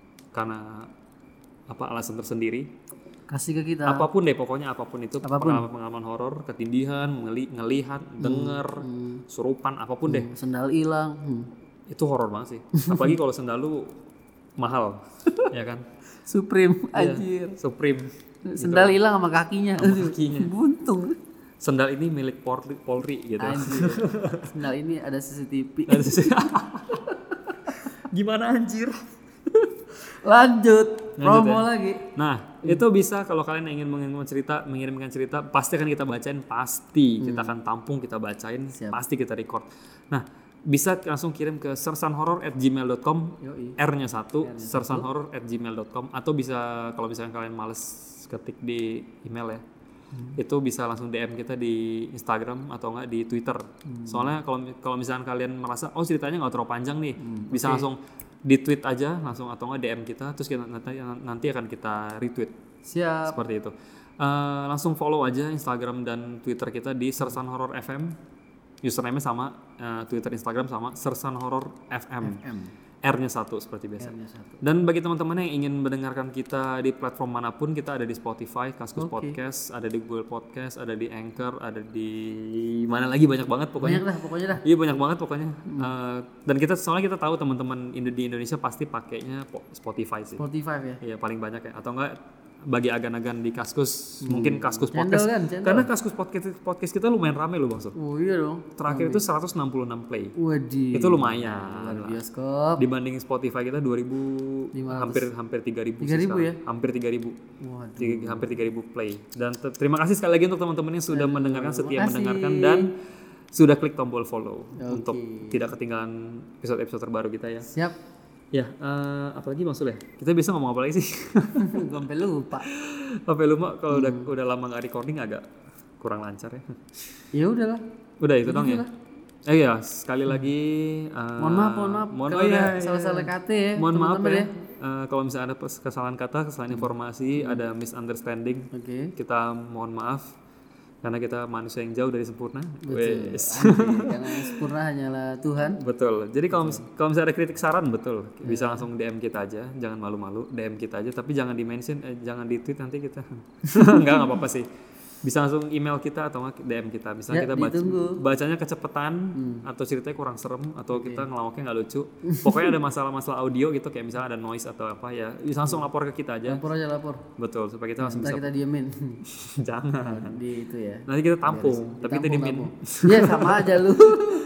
karena apa alasan tersendiri. Kasih ke kita apapun deh pokoknya apapun itu apapun. pengalaman-pengalaman horor ketindihan ngeli ngelihat hmm. denger hmm. surupan apapun hmm. deh sendal hilang hmm. itu horor banget sih. Apalagi kalau sendal lu mahal, ya kan? Supreme, anjir. Ya, Supreme. Sendal hilang gitu. Sama kakinya. Sama kakinya. Buntung. Sendal ini milik Polri, Polri gitu. Anjir. Sendal ini ada C C T V. Ada C C T V. Gimana anjir? Lanjut, promo ya? lagi. Nah, hmm. itu bisa kalau kalian ingin mengirimkan cerita, mengirimkan cerita, pasti akan kita bacain, pasti hmm. kita akan tampung, kita bacain, Siap. pasti kita record. Nah, bisa langsung kirim ke sersanhoror at gmail dot com, R-nya satu, sersanhoror at gmail dot com, atau bisa kalau misalnya kalian males ketik di email ya, hmm. itu bisa langsung D M kita di Instagram atau enggak di Twitter. Hmm. Soalnya kalau kalau misalnya kalian merasa oh ceritanya nggak terlalu panjang nih, hmm. bisa okay. langsung di tweet aja langsung atau enggak D M kita, terus kita nanti, nanti akan kita retweet. Siap. Seperti itu. Uh, langsung follow aja Instagram dan Twitter kita di sersanhoror F M. Username-nya sama, uh, Twitter, Instagram sama, sersanhoror F M. F M. R-nya satu seperti biasa. Satu. Dan bagi teman-teman yang ingin mendengarkan kita di platform manapun, kita ada di Spotify, Kaskus okay. Podcast, ada di Google Podcast, ada di Anchor, ada di mana lagi banyak banget pokoknya. Banyak lah pokoknya dah. Iya banyak banget pokoknya. Hmm. Uh, dan kita soalnya kita tahu teman-teman di Indonesia pasti pakainya Spotify sih. Spotify ya. Iya paling banyak ya. Atau enggak bagi agan-agan di Kaskus, hmm. mungkin Kaskus channel Podcast. Kan, karena Kaskus podcast, podcast kita lumayan rame loh Bang Sur. Oh iya dong. Terakhir rame. Itu seratus enam puluh enam play. Waduh. Itu lumayan. Luar bioskop. Dibanding Spotify kita dua ribu hampir hampir tiga ribu tiga ribu ya? Hampir tiga ribu. Waduh. Hampir tiga ribu play. Dan te- terima kasih sekali lagi untuk teman-teman yang sudah Aduh, mendengarkan, setia mendengarkan dan sudah klik tombol follow okay. untuk tidak ketinggalan episode-episode terbaru kita ya. Siap. Ya, uh, apalagi Bang Sul ya? Kita bisa ngomong apa lagi sih? Sampai lupa. Sampai lupa kalau hmm. udah udah lama nggak recording agak kurang lancar ya. Ya udahlah. Udah itu dong ya. Eh ya, sekali lagi uh, mohon maaf, mohon maaf. Mohon kalau oh, ya, salah-salah kata ya. Mohon maaf ya. ya. Uh, kalau misalnya ada kesalahan kata, kesalahan informasi, hmm. ada misunderstanding, okay. kita mohon maaf. Karena kita manusia yang jauh dari sempurna. Betul. Karena yang sempurna hanyalah Tuhan. Betul. Jadi kalau mis- kalau misalnya ada kritik saran betul, bisa yeah. langsung D M kita aja, jangan malu-malu, D M kita aja, tapi jangan di-mention, eh, jangan di-tweet nanti kita. Enggak, enggak apa-apa sih. Bisa langsung email kita atau D M kita. Misalnya ya, kita baca, bacanya kecepatan hmm. atau ceritanya kurang serem atau okay. kita ngelawaknya nggak lucu. Pokoknya ada masalah-masalah audio gitu kayak misalnya ada noise atau apa ya, bisa langsung lapor ke kita aja. Lapor aja lapor. Betul, supaya kita langsung bisa. kita diemin. Jangan. Di itu ya. Nanti kita tampung, tapi kita diemin. Iya sama aja lu.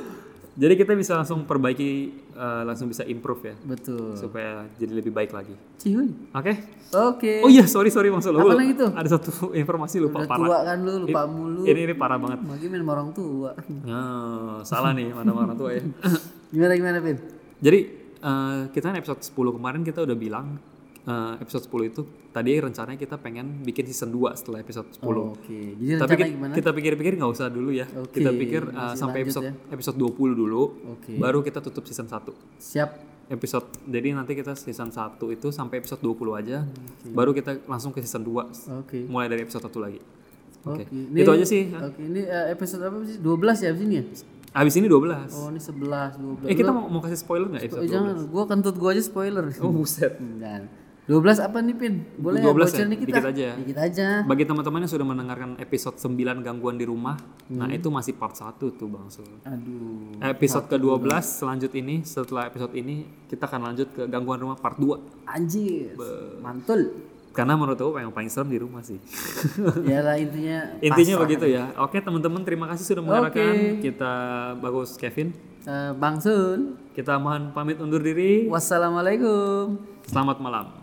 Jadi kita bisa langsung perbaiki, uh, langsung bisa improve ya. Betul. Supaya jadi lebih baik lagi. Cihuy. Oke? Okay? Oke. Okay. Oh iya, sorry sorry Bang Sul. Apa lagi itu? Ada satu informasi lupa Udah parah. Tua kan lu, lupa ini, mulu. Ini ini parah banget. Lagi main sama orang tua. Oh, salah nih, mana orang tua ya. Gimana gimana, Pin? Jadi uh, kita episode sepuluh kemarin kita udah bilang uh, episode sepuluh itu tadi rencananya kita pengen bikin season dua setelah episode sepuluh. Oh, oke. Okay. Jadi tapi kita, gimana? kita pikir-pikir nggak usah dulu ya. Okay. Kita pikir uh, sampai episode ya? episode dua puluh dulu. Okay. Baru kita tutup season satu. Siap. Episode jadi nanti kita season satu itu sampai episode dua puluh aja. Okay. Baru kita langsung ke season dua. Okay. Mulai dari episode satu lagi. Oke. Okay. Okay. Itu aja sih. Oke, okay. Ini uh, episode apa sih? dua belas ya abis ini ya? Abis ini dua belas. Oh, ini sebelas, dua belas. Eh, kita mau, mau kasih spoiler enggak episode dua belas? Jangan, gua kentut gua aja spoiler. Oh, buset. Dan dua belas apa nih, Pin? Boleh dua belas ya, ya? Dikit, dikit aja. Dikit aja. Bagi teman-teman yang sudah mendengarkan episode sembilan gangguan di rumah, hmm. nah itu masih part satu tuh Bang Sul. Aduh. Episode ke dua belas selanjut ini, setelah episode ini kita akan lanjut ke gangguan rumah part dua. Anjir. Be- Mantul. Karena menurut aku yang paling serem di rumah sih. Yalah intinya. Intinya begitu ya. Oke teman-teman, terima kasih sudah mendengarkan. Okay. Kita Bagus Kevin. Uh, Bang Sun. Kita mohon pamit undur diri. Wassalamualaikum. Selamat malam.